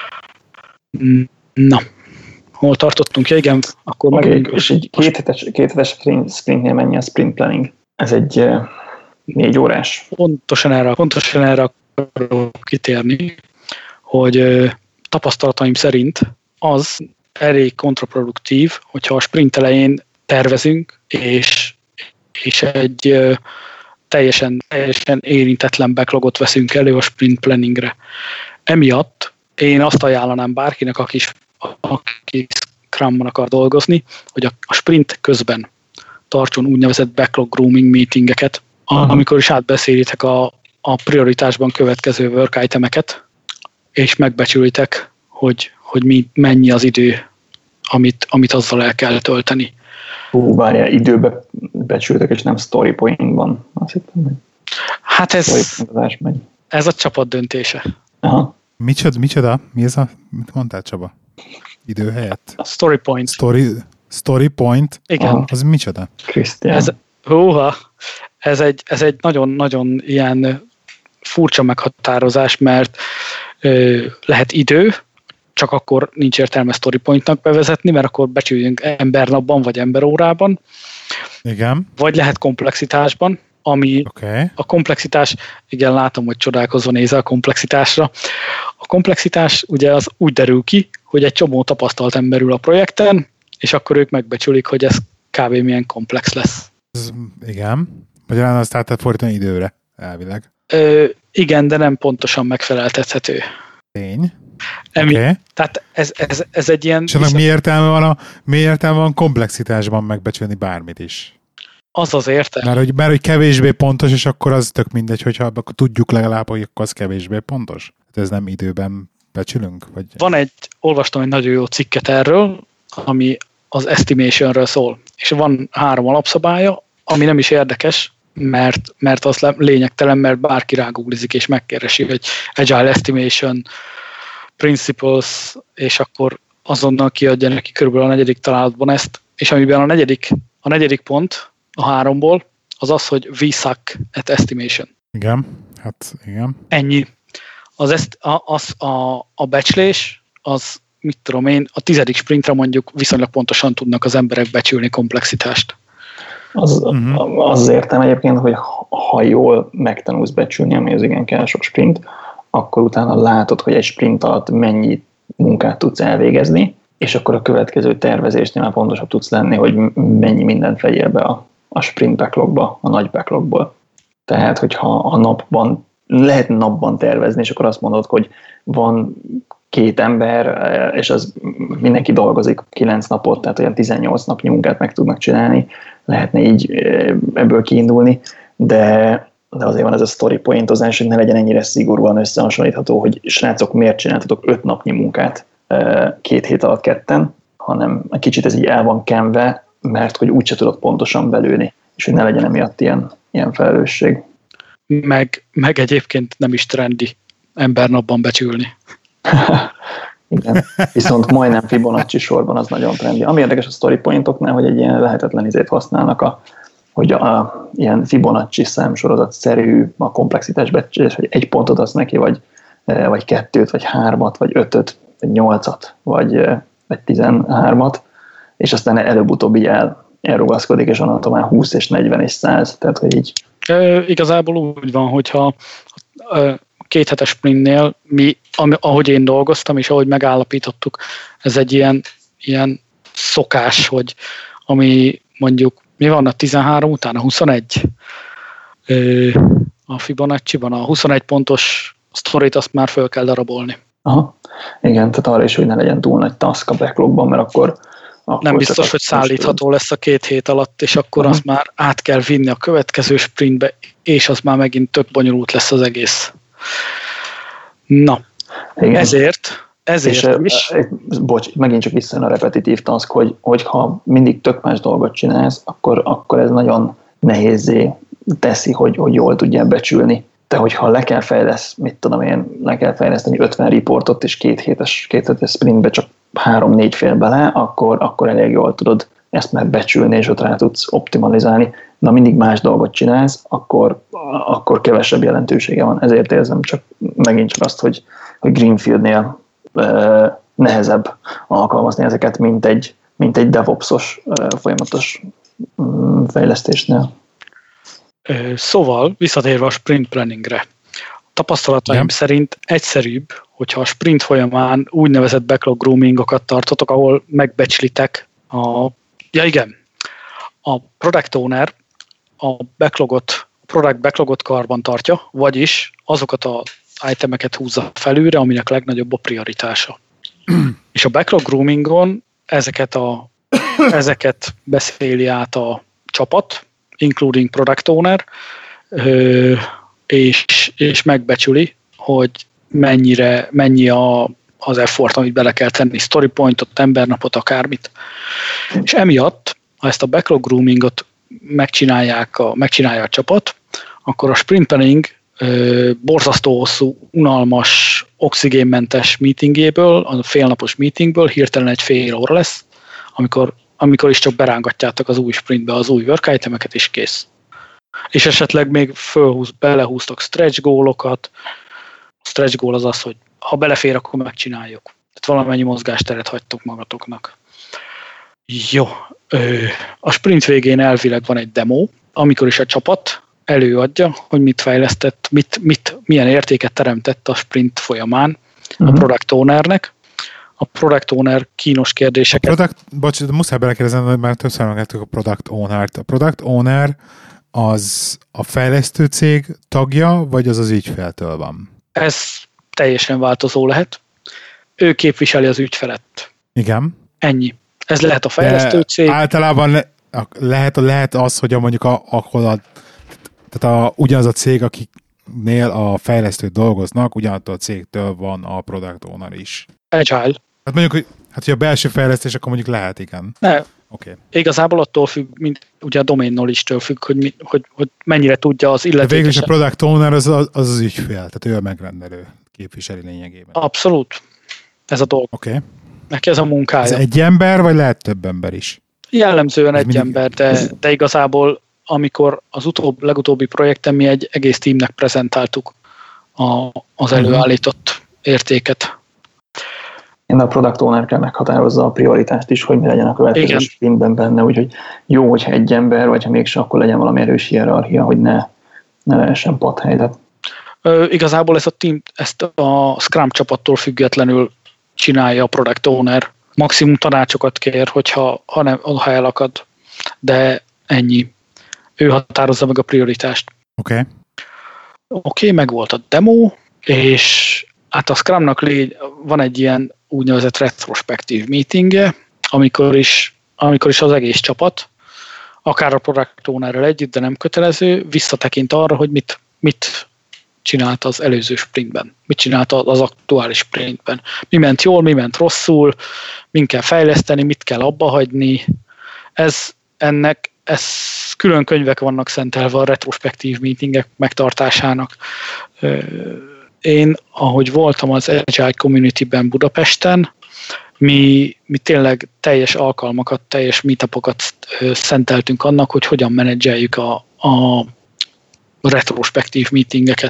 Na, hol tartottunk? Ja, igen, akkor okay, meg... És egy kéthetes, kéthetes sprintnél mennyi a sprint planning? Ez egy uh, négy órás. Pontosan erre, pontosan erre akarok kitérni, hogy uh, tapasztalataim szerint az elég kontraproduktív, hogyha a sprint elején tervezünk, és, és egy uh, teljesen, teljesen érintetlen backlogot veszünk elő a sprint planningre. Emiatt én azt ajánlanám bárkinek, aki, aki Scrumban akar dolgozni, hogy a, a sprint közben tartson úgynevezett backlog grooming meetingeket, uh-huh. amikor is átbeszélitek a, a prioritásban következő work itemeket, és megbecsülitek, hogy, hogy mi, mennyi az idő, amit, amit azzal el kell tölteni. Hú, várjál, időbe becsültek, és nem story pointban. Azt hittem, hogy hát ez, ez a csapat döntése. Aha. Micsoda, micsoda? Mi ez a, mit mondtál, Csaba? Idő helyett? A story point. Story, story point? Igen. Aha. Az micsoda? Krisztián. Ez, húha, ez egy, ez egy nagyon-nagyon ilyen furcsa meghatározás, mert ö, lehet idő, csak akkor nincs értelme story pointnak bevezetni, mert akkor becsüljünk embernapban vagy emberórában. Igen. Vagy lehet komplexitásban, ami okay. A komplexitás, igen, látom, hogy csodálkozva nézel a komplexitásra. A komplexitás ugye az úgy derül ki, hogy egy csomó tapasztalt ember ül a projekten, és akkor ők megbecsülik, hogy ez kb. Milyen komplex lesz. Ez, igen. Magyarán azt át fordítani időre, elvileg. Ö, igen, de nem pontosan megfeleltethető. Tény. Emi, okay. Tehát ez, ez, ez egy ilyen... És annak mi értelme van, a, mi értelme van komplexitásban megbecsülni bármit is? Az az értelme. Mert hogy, mert hogy kevésbé pontos, és akkor az tök mindegy, hogyha akkor tudjuk legalább, hogy akkor az kevésbé pontos. Hát ez nem időben becsülünk? Vagy... Van egy, olvastam egy nagyon jó cikket erről, ami az estimationről szól. És van három alapszabálya, ami nem is érdekes, mert, mert az lényegtelen, mert bárki rágooglizik és megkeresi, hogy Agile Estimation Principles, és akkor azonnal kiadja neki körülbelül a negyedik találatban ezt, és amiben a negyedik, a negyedik pont a háromból az az, hogy we suck at estimation. Igen, hát igen. Ennyi. Az, ezt, a, az a, a becslés, az mit tudom én, a tizedik sprintre mondjuk viszonylag pontosan tudnak az emberek becsülni komplexitást. Az, uh-huh. az értem egyébként, hogy ha jól megtanulsz becsülni, ami az igen kell sok sprint, akkor utána látod, hogy egy sprint alatt mennyi munkát tudsz elvégezni, és akkor a következő tervezésnél már pontosabb tudsz lenni, hogy mennyi mindent vegyél be a, a sprint backlogba, a nagy backlogból. Tehát, hogyha a napban, lehet napban tervezni, és akkor azt mondod, hogy van két ember, és az mindenki dolgozik kilenc napot, tehát olyan tizennyolc napnyi munkát meg tudnak csinálni, lehetne így ebből kiindulni, de de azért van ez a story pointozás, hogy ne legyen ennyire szigorúan összehasonlítható, hogy srácok, miért csináltatok öt napnyi munkát két hét alatt ketten, hanem egy kicsit ez így el van kenve, mert hogy úgyse tudod pontosan belőni, és hogy ne legyen emiatt ilyen, ilyen felelősség. Meg, meg egyébként nem is trendi embernapban becsülni. Igen, viszont majdnem Fibonacci sorban az nagyon trendi. Ami érdekes a story pointoknál, hogy egy ilyen lehetetlen izét használnak a hogy a, a ilyen Fibonacci számsorozat-szerű a komplexitás becsülés, hogy egy pontot adsz neki, vagy, vagy kettőt, vagy hármat, vagy ötöt, vagy nyolcat, vagy, vagy tizenhármat, és aztán előbb-utóbb így el, elrugaszkodik, és onnantól már húsz és negyven és száz, tehát hogy így. E, igazából úgy van, hogyha a két hetes sprintnél mi, ahogy én dolgoztam, és ahogy megállapítottuk, ez egy ilyen, ilyen szokás, hogy ami mondjuk mi van a tizenhárom után? A huszonegy? A Fibonacci-ban a huszonegy pontos sztorit azt már föl kell darabolni. Aha. Igen, tehát arra is, hogy ne legyen túl nagy task a backlogban, mert akkor... akkor nem biztos, hogy szállítható lesz a két hét alatt, és akkor uh-huh. azt már át kell vinni a következő sprintbe, és az már megint tök bonyolult lesz az egész. Na, igen. ezért... Ezért és, is. Bocs, megint csak visszajön a repetitív task, hogy, hogy ha mindig tök más dolgot csinálsz, akkor, akkor ez nagyon nehézzé teszi, hogy, hogy jól tudjál becsülni. De hogyha le kell fejlesz, mit tudom én, le kell fejleszteni ötven riportot, és két hétes, két hétes sprintbe csak három-négy fél bele, akkor, akkor elég jól tudod ezt már becsülni, és ott rá tudsz optimalizálni. De ha mindig más dolgot csinálsz, akkor, akkor kevesebb jelentősége van. Ezért érzem csak megint csak azt, hogy, hogy Greenfieldnél nehezebb alkalmazni ezeket, mint egy, mint egy DevOps-os folyamatos fejlesztésnél. Szóval, visszatérve a sprint planningre. Tapasztalataim Nem. szerint egyszerűbb, hogyha a sprint folyamán úgynevezett backlog groomingokat tartotok, ahol megbecslitek a... Ja igen, a product owner a backlogot, a product backlogot karban tartja, vagyis azokat a itemeket húzza felülre, aminek legnagyobb a prioritása. És a backlog groomingon ezeket, a, ezeket beszéli át a csapat, including product owner, és, és megbecsüli, hogy mennyire, mennyi a, az effort, amit bele kell tenni, story pointot, embernapot, akármit. És emiatt, ha ezt a backlog groomingot megcsinálják a, megcsinálja a csapat, akkor a sprint planning borzasztó hosszú, unalmas, oxigénmentes meetingjéből, a félnapos meetingből hirtelen egy fél óra lesz, amikor, amikor is csak berángatjátok az új sprintbe az új work itemeket, és kész. És esetleg még fölhúz, belehúztok stretch gólokat. A stretch goal az az, hogy ha belefér, akkor megcsináljuk. Tehát valamennyi mozgásteret hagytok magatoknak. Jó. A sprint végén elvileg van egy demo, amikor is a csapat előadja, hogy mit fejlesztett, mit, mit, milyen értéket teremtett a sprint folyamán uh-huh. a product ownernek. A product owner kínos kérdéseket... A product, bocs, muszáj belekérdezni, hogy már többször megettük a product owner-t. A product owner az a fejlesztő cég tagja, vagy az az ügyféltől van? Ez teljesen változó lehet. Ő képviseli az ügyfelet. Igen. Ennyi. Ez lehet a fejlesztő cég. Általában le, lehet, lehet az, hogy a, mondjuk a, ahol a, tehát a, ugyanaz a cég, akiknél a fejlesztők dolgoznak, ugyanattól a cégtől van a product owner is. Agile. Hát mondjuk, hogy, hát, hogy a belső fejlesztés, akkor mondjuk lehet, igen. Ne. Okay. Igazából attól függ, mint ugye a domain knowledge-től függ, hogy, mi, hogy, hogy mennyire tudja az illetékes. Végül is a product owner az az, az az ügyfél, tehát ő a megrendelő képviseli lényegében. Abszolút. Ez a dolog. Oké. Okay. Neki ez a munkája. Ez egy ember, vagy lehet több ember is? Jellemzően ez egy mindig... ember, de, de igazából amikor az utóbb, legutóbbi projekten mi egy egész teamnek prezentáltuk a, az előállított uh-huh. értéket. Én a product owner kell meghatározza a prioritást is, hogy mi legyen a következő sprintben benne, úgyhogy jó, hogyha egy ember, vagy ha mégsem, akkor legyen valami erős hierarchia, hogy ne, ne lehessen padhelyzet. Igazából ez a team, ezt a Scrum csapattól függetlenül csinálja a product owner. Maximum tanácsokat kér, hogyha, ha, nem, ha elakad, de ennyi. Ő határozza meg a prioritást. Oké. Okay. Oké, okay, meg volt a demo, és hát a Scrumnak légy, van egy ilyen úgynevezett retrospektív meetingje, amikor is, amikor is az egész csapat, akár a product ownerrel együtt, de nem kötelező, visszatekint arra, hogy mit, mit csinált az előző sprintben, mit csinált az aktuális sprintben. Mi ment jól, mi ment rosszul, min kell fejleszteni, mit kell abba hagyni. Ez ennek, ez külön könyvek vannak szentelve a retrospektív meetingek megtartásának. Én, ahogy voltam az Agile Community-ben Budapesten, mi, mi tényleg teljes alkalmakat, teljes meetupokat szenteltünk annak, hogy hogyan menedzseljük a, a retrospektív meetingeket.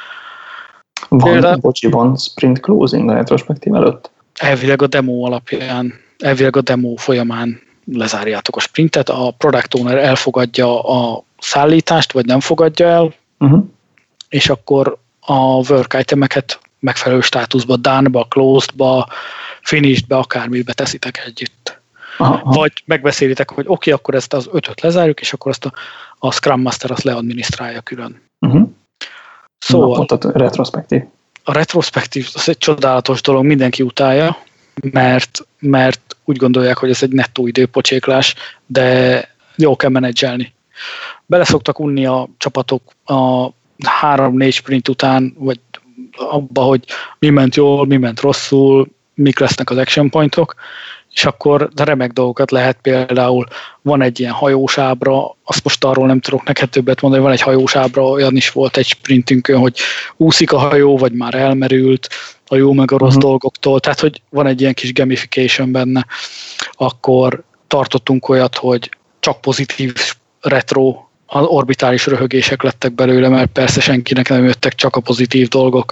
Van, Például, bocsi, van sprint closing a retrospektív előtt? Elvileg a demo alapján, elvileg a demo folyamán lezárjátok a sprintet, a product owner elfogadja a szállítást, vagy nem fogadja el, uh-huh. és akkor a work itemeket megfelelő státuszba, done-ba, closed-ba, finished-be, akármibe teszitek együtt. Aha. Vagy megbeszélitek, hogy oké, okay, akkor ezt az ötöt lezárjuk, és akkor azt a, a Scrum Master azt leadminisztrálja külön. Uh-huh. Szóval Na, a retrospektív. A retrospektív az egy csodálatos dolog, mindenki utálja, mert, mert úgy gondolják, hogy ez egy nettó időpocséklás, de jól kell menedzselni. Bele szoktak unni a csapatok a három-négy sprint után, vagy abba, hogy mi ment jól, mi ment rosszul, mik lesznek az action pointok, és akkor de remek dolgokat lehet, például van egy ilyen hajósábra, azt most arról nem tudok neked többet mondani, van egy hajósábra, olyan is volt egy sprintünkön, hogy úszik a hajó, vagy már elmerült a jó meg a rossz uh-huh. dolgoktól, tehát hogy van egy ilyen kis gamification benne, akkor tartottunk olyat, hogy csak pozitív retro, az orbitális röhögések lettek belőle, mert persze senkinek nem jöttek csak a pozitív dolgok.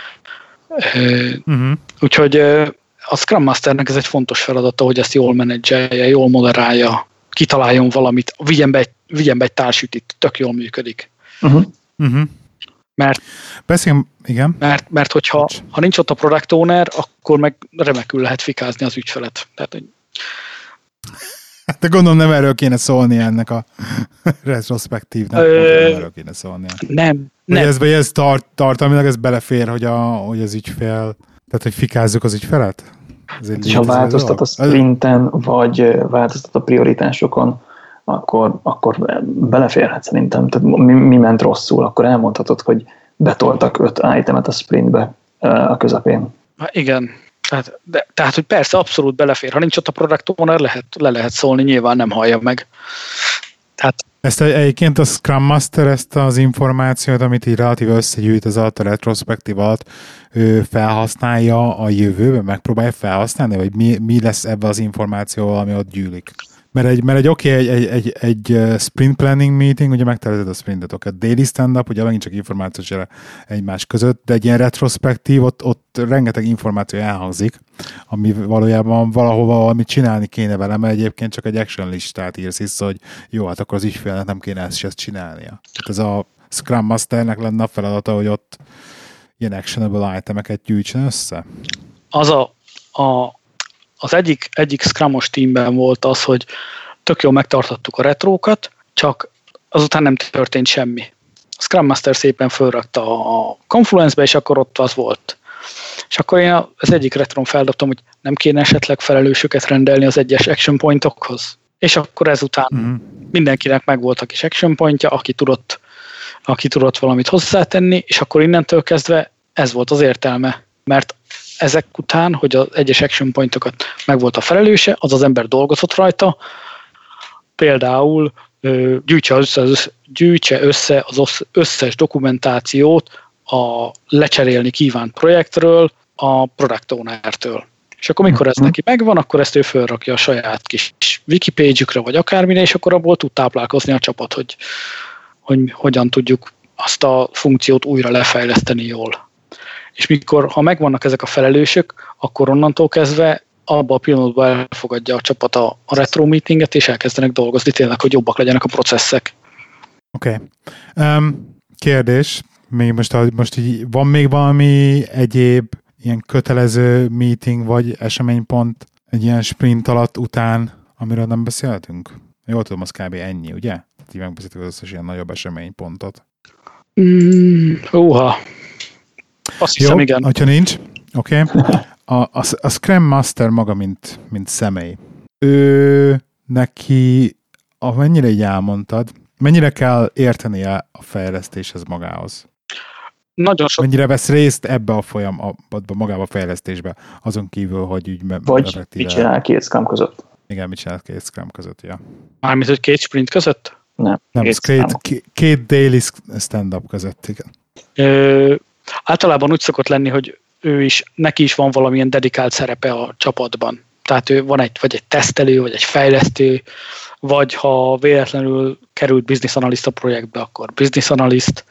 Uh-huh. Úgyhogy a Scrum Masternek ez egy fontos feladata, hogy ezt jól menedzselje, jól moderálja, kitaláljon valamit, vigyen be egy, vigyen be egy társütit, tök jól működik. Uh-huh. Uh-huh. Mert, Beszélj, igen. mert, mert hogyha ha nincs ott a product owner, akkor meg remekül lehet fikázni az ügyfelet. Tehát, hogy... De gondolom nem erről kéne szólni ennek a retrospektívnek. Ö... Nem erről kéne szólni. Nem. Vagy nem. ez, vagy ez tart, tartalmilag ez belefér, hogy, a, hogy az ügyfél, tehát hogy fikázzuk az ügyfelet? És ha változtat a sprinten, vagy változtat a prioritásokon, akkor, akkor beleférhet szerintem. Tehát mi, mi ment rosszul, akkor elmondhatod, hogy betoltak öt itemet a sprintbe a közepén. Ha, igen. Tehát, de, tehát, hogy persze abszolút belefér. Ha nincs ott a product owner, lehet, le lehet szólni, nyilván nem hallja meg. Tehát, ezt egyébként a Scrum Master ezt az információt, amit így relatíve összegyűjt az alatt a retrospektív alatt, ő felhasználja a jövőben, megpróbálja felhasználni, vagy mi, mi lesz ebben az információval, ami ott gyűlik? Mert egy, mert egy oké, okay, egy, egy, egy, egy sprint planning meeting, ugye megtervezed a sprintet, oké, a daily stand-up, ugye megint csak információcsere egymás között, de egy ilyen retrospektív, ott, ott rengeteg információ elhangzik, ami valójában valahova valamit csinálni kéne vele, mert egyébként csak egy action listát írsz vissza, hogy jó, hát akkor az ügyfélnek nem kéne ezt, ezt csinálnia. Tehát ez a Scrum Masternek lenne a feladata, hogy ott ilyen actionable itemeket gyűjtsen össze. Az a, a Az egyik, egyik Scrum-os teamben volt az, hogy tök jól megtartottuk a retrókat, csak azután nem történt semmi. A Scrum Master szépen fölrakta a Confluence-be, és akkor ott az volt. És akkor én az egyik retron feldobtam, hogy nem kéne esetleg felelősöket rendelni az egyes action pointokhoz. És akkor ezután uh-huh. mindenkinek megvolt a kis action pointja, aki tudott, aki tudott valamit hozzátenni, és akkor innentől kezdve ez volt az értelme. Mert ezek után, hogy az egyes action pointokat megvolt a felelőse, az az ember dolgozott rajta, például gyűjtse össze, gyűjtse össze az összes dokumentációt a lecserélni kívánt projektről a product owner-től. És akkor mikor ez neki megvan, akkor ezt ő fölrakja a saját kis wikipage-ükre, vagy akármire, és akkor abból tud táplálkozni a csapat, hogy, hogy hogyan tudjuk azt a funkciót újra lefejleszteni jól. És mikor, ha megvannak ezek a felelősök, akkor onnantól kezdve abban a pillanatban elfogadja a csapat a, a retro meetinget, és elkezdenek dolgozni tényleg, hogy jobbak legyenek a processzek. Oké. Okay. Um, kérdés, még most, most így van még valami egyéb ilyen kötelező meeting vagy eseménypont egy ilyen sprint alatt után, amiről nem beszéltünk? Jól tudom, az kb. Ennyi, ugye? Így megbeszéltük az összes ilyen nagyobb eseménypontot. Mm, óha. Azt hiszem, jó, igen. hogyha nincs, oké. Okay. A, a, a Scrum Master maga, mint, mint személy. Ő neki, amennyire így elmondtad, mennyire kell értenie a fejlesztéshez magához? Nagyon sok. Mennyire vesz részt ebbe a folyamatba, magába a fejlesztésbe, azon kívül, hogy úgy... Vagy mit csinál két Scrum között? Igen, mit csinál két Scrum között, ja. Mármint, hogy két sprint között? Nem. Nem, két, két, két daily stand-up között, igen. Ö, általában úgy szokott lenni, hogy ő is, neki is van valamilyen dedikált szerepe a csapatban. Tehát ő van egy, vagy egy tesztelő, vagy egy fejlesztő, vagy ha véletlenül került business analyst a projektbe, akkor business analyst,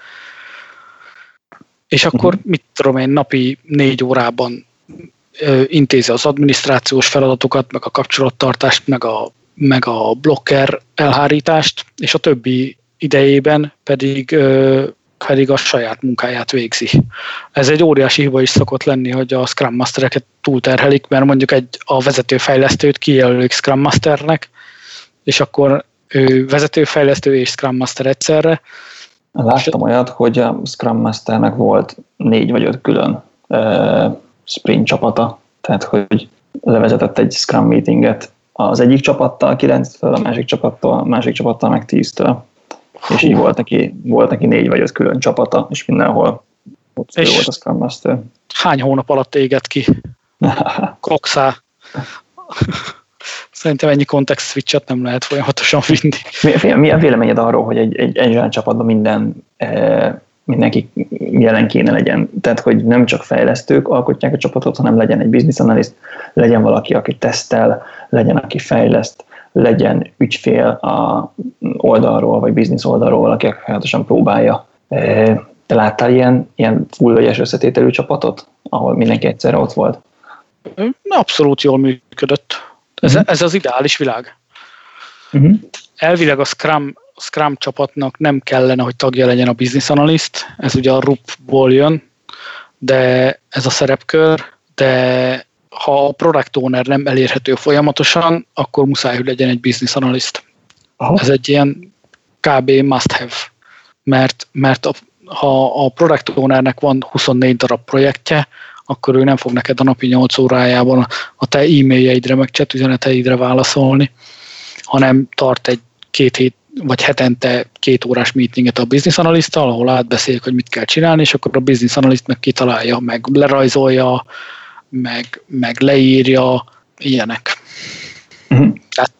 és akkor uh-huh. mit tudom én, napi négy órában ö, intézi az adminisztrációs feladatokat, meg a kapcsolattartást, meg a, meg a blokker elhárítást, és a többi idejében pedig ö, pedig a saját munkáját végzi. Ez egy óriási hiba is szokott lenni, hogy a Scrum Mastereket túlterhelik, mert mondjuk egy, a vezetőfejlesztőt kijelölik Scrum Masternek, és akkor ő vezetőfejlesztő és Scrum Master egyszerre. Láttam olyat, hogy a Scrum Masternek volt négy vagy öt külön uh, sprint csapata, tehát hogy levezetett egy Scrum meetinget az egyik csapattal kilenctől, a másik csapattal, a másik csapattal meg tíztől. És így volt neki, volt neki négy vagy öt külön csapata, és mindenhol ott és volt a Scrum Master. Hány hónap alatt éget ki? Kokszá. Szerintem ennyi context switchet nem lehet folyamatosan vinni. Mi, mi a véleményed arról, hogy egy, egy, egy olyan csapatban minden, eh, mindenki jelen kéne legyen? Tehát, hogy nem csak fejlesztők alkotják a csapatot, hanem legyen egy business analyst, legyen valaki, aki tesztel, legyen, aki fejleszt, legyen ügyfél a oldalról, vagy biznisz oldalról valaki, aki folyamatosan próbálja. Te láttál ilyen, ilyen full vegyes összetételű csapatot, ahol mindenki egyszerre ott volt? Abszolút jól működött. Ez, uh-huh. ez az ideális világ. Uh-huh. Elvileg a Scrum, Scrum csapatnak nem kellene, hogy tagja legyen a business analyst, ez ugye a R U P-ból jön, de ez a szerepkör, de ha a product owner nem elérhető folyamatosan, akkor muszáj, hogy legyen egy business analyst. Aha. Ez egy ilyen kb. Must have. Mert, mert a, ha a product ownernek van huszonnégy darab projektje, akkor ő nem fog neked a napi nyolc órájában a te e-mailjeidre, meg chat üzeneteidre válaszolni, hanem tart egy két hét, vagy hetente két órás meetinget a business analyst-tal, ahol átbeszéljük, hogy mit kell csinálni, és akkor a business analyst meg kitalálja, meg lerajzolja, meg, meg leírja, ilyenek. Uh-huh. Tehát,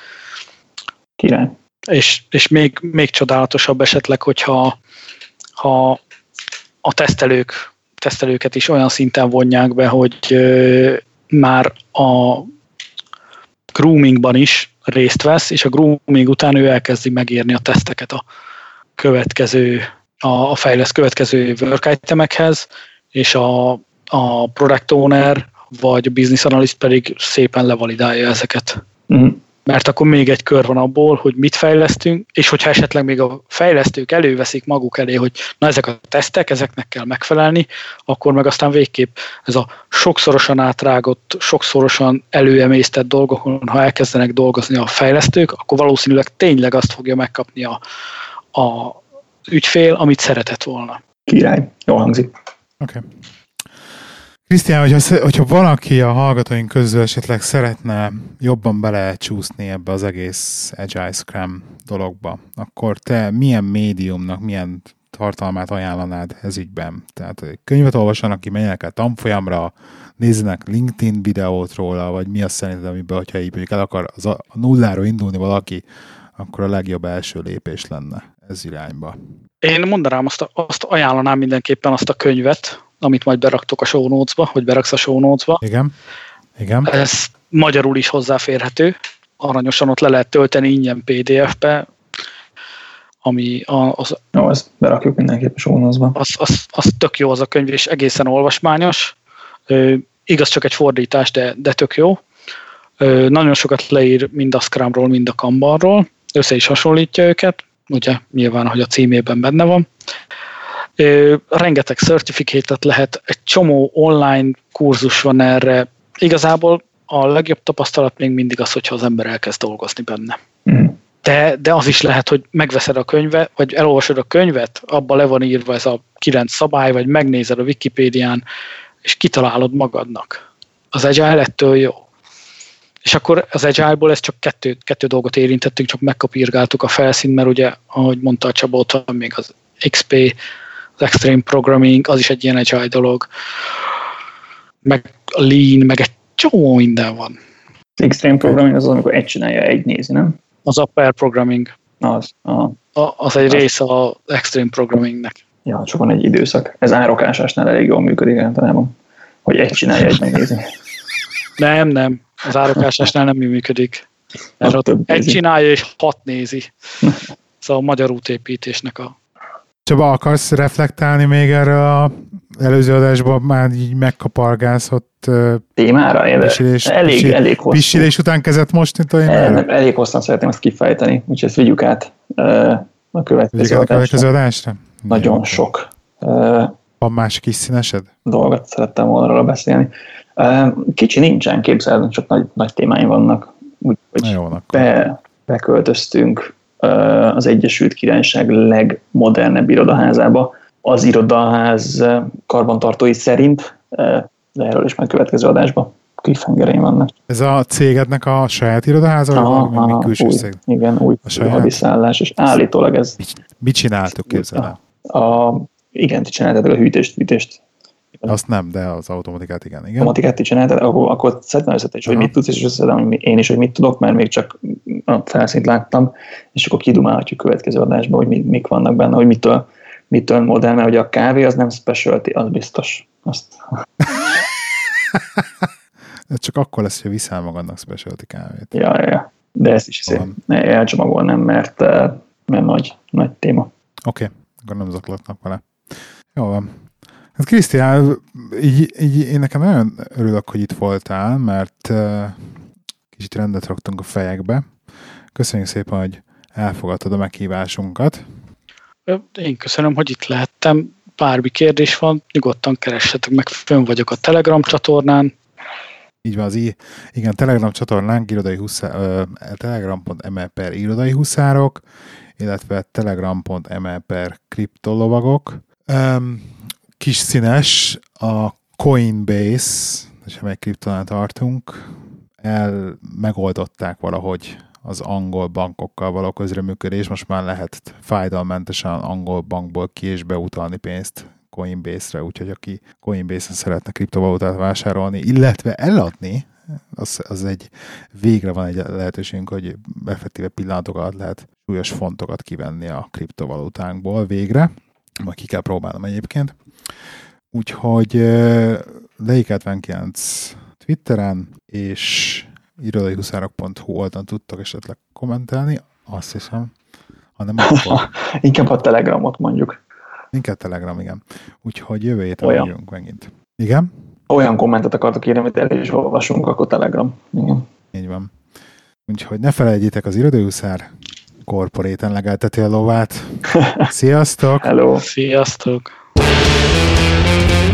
Király. És, és még, még csodálatosabb esetleg, hogyha ha a tesztelők, tesztelőket is olyan szinten vonják be, hogy ö, már a groomingban is részt vesz, és a grooming után ő elkezdi megírni a teszteket a következő, a, a fejlesz következő work itemekhez, és a, a product owner vagy a business analyst pedig szépen levalidálja ezeket. Mm. Mert akkor még egy kör van abból, hogy mit fejlesztünk, és hogyha esetleg még a fejlesztők előveszik maguk elé, hogy na ezek a tesztek, ezeknek kell megfelelni, akkor meg aztán végképp ez a sokszorosan átrágott, sokszorosan előemésztett dolgokon, ha elkezdenek dolgozni a fejlesztők, akkor valószínűleg tényleg azt fogja megkapni a, a ügyfél, amit szeretett volna. Király. Jól hangzik. Oké. Okay. Krisztián, hogyha, hogyha valaki a hallgatóink közül esetleg szeretne jobban belecsúszni ebbe az egész Agile Scrum dologba, akkor te milyen médiumnak, milyen tartalmát ajánlanád ez ügyben? Tehát könyvet olvassanak ki, menjenek el tanfolyamra, nézzenek LinkedIn videót róla, vagy mi azt szerinted, amiben, hogyha így mondjuk el akar az a nulláról indulni valaki, akkor a legjobb első lépés lenne ez irányba. Én mondanám, azt, a, azt ajánlanám mindenképpen azt a könyvet, amit majd beraktok a show notes-ba, vagy beraksz a show notes-ba. Igen. Igen. Ez magyarul is hozzáférhető. Aranyosan ott le lehet tölteni ingyen pé dé ef-be, ami az... No, ezt berakjuk mindenképpen a show notes-ba. Az, az, az tök jó az a könyv, és egészen olvasmányos. Ö, igaz, csak egy fordítás, de, de tök jó. Ö, nagyon sokat leír mind a Scrumról, mind a Kanbanról. Össze is hasonlítja őket. Ugye nyilván, hogy a címében benne van. Ö, rengeteg certificate-et lehet, egy csomó online kurzus van erre. Igazából a legjobb tapasztalat még mindig az, hogyha az ember elkezd dolgozni benne. Mm. De, de az is lehet, hogy megveszed a könyvet, vagy elolvasod a könyvet, abban le van írva ez a kilenc szabály, vagy megnézed a Wikipédián, és kitalálod magadnak. Az Agile ettől jó. És akkor az Agile-ból ezt csak kettő, kettő dolgot érintettünk, csak megkopírgáltuk a felszínt, mert ugye, ahogy mondta a Csaba, ott van még az iksz pé, az Extreme Programming, az is egy ilyen Agile dolog, meg a Lean, meg egy csomó minden van. Extreme Programming az az, amikor egy csinálja, egy nézi, nem? Az a pair programming. Az, a, a, az egy az része az Extreme Programmingnek. Ja, csak van egy időszak. Ez árokásásnál elég jól működik általában, hogy egy csinálja, egy megnézi. Nem, nem. Az árokásásnál nem működik. Mert ott egy nézi. Csinálja és hat nézi. Szóval a magyar útépítésnek a... Csaba, akarsz reflektálni még erre az előző adásban már így megkapargászott témára? Pisilés, elég, pisil, elég hosszú. Pisilés után kezdett most, mint olyan? El, elég hosszan szeretném ezt kifejteni, úgyhogy ezt vigyük át a következő adásra. következő adásra. Nagyon Jó. sok. Van más kis színesed? Dolgot szerettem volna róla beszélni. Kicsi nincsen, képzeld, csak nagy, nagy témáim vannak. Úgyhogy be, beköltöztünk az Egyesült Királyság legmodernebb irodaházába. Az irodaház karbantartói szerint, de erről is majd következő adásban cliffhangereim vannak. Ez a cégednek a saját irodaháza? Aha, aha, külső új, cég? Igen, új hadiszállás, és állítólag ez... Mit csináltuk, képzelem? A, a, igen, ti csináltátok a hűtést, hűtést. Azt nem, de az automatikát igen. igen. Automatikát ti csináltad, akkor, akkor szedtem össze, hogy mit tudsz, és összeszedem, hogy én is, hogy mit tudok, mert még csak a felszínt láttam, és akkor kidumálhatjuk következő adásban, hogy mi, mik vannak benne, hogy mitől, mitől modern, mert ugye a kávé az nem specialty, az biztos. Azt... Csak akkor lesz, hogy viszel magadnak specialty kávét. Ja, ja, de ezt is elcsomagolnám, mert, mert nagy, nagy téma. Oké, okay. Akkor nem zaklatnak vele. Jó van. Hát Krisztián, így, így én nekem nagyon örülök, hogy itt voltál, mert uh, kicsit rendet raktunk a fejekbe. Köszönjük szépen, hogy elfogadtad a meghívásunkat. Én köszönöm, hogy itt lehettem. Bármi kérdés van, nyugodtan keressetek meg, fönn vagyok a Telegram csatornán. Így van, az i- igen, Telegram csatornánk irodai huszá- uh, telegram pont m e per irodai huszárok, illetve telegram pont m e per kriptolovagok. Um, kis színes, a Coinbase, és amely kriptonál tartunk, el megoldották valahogy az angol bankokkal való közreműködés, most már lehet fájdalmentesen angol bankból ki és beutalni pénzt Coinbase-re, úgyhogy aki Coinbase-en szeretne kriptovalutát vásárolni, illetve eladni, az, az egy, végre van egy lehetőségünk, hogy effektíve pillanatok alatt lehet súlyos fontokat kivenni a kriptovalutánkból végre, majd ki kell próbálnom egyébként. Úgyhogy leik hetvenkilenc Twitteren és irodai huszárok pont hu oldalon tudtok esetleg kommentelni, azt hiszem, hanem akkor... Inkább a Telegramot mondjuk. Inkább Telegram, igen. Úgyhogy jövő héten jövünk megint. Igen? Olyan kommentet akartok írni, amit el is olvasunk, akkor Telegram. Igen. Így van. Úgyhogy ne felejtjétek, az irodai huszár korporéten legelteti a lovát. Sziasztok! Hello! Sziasztok!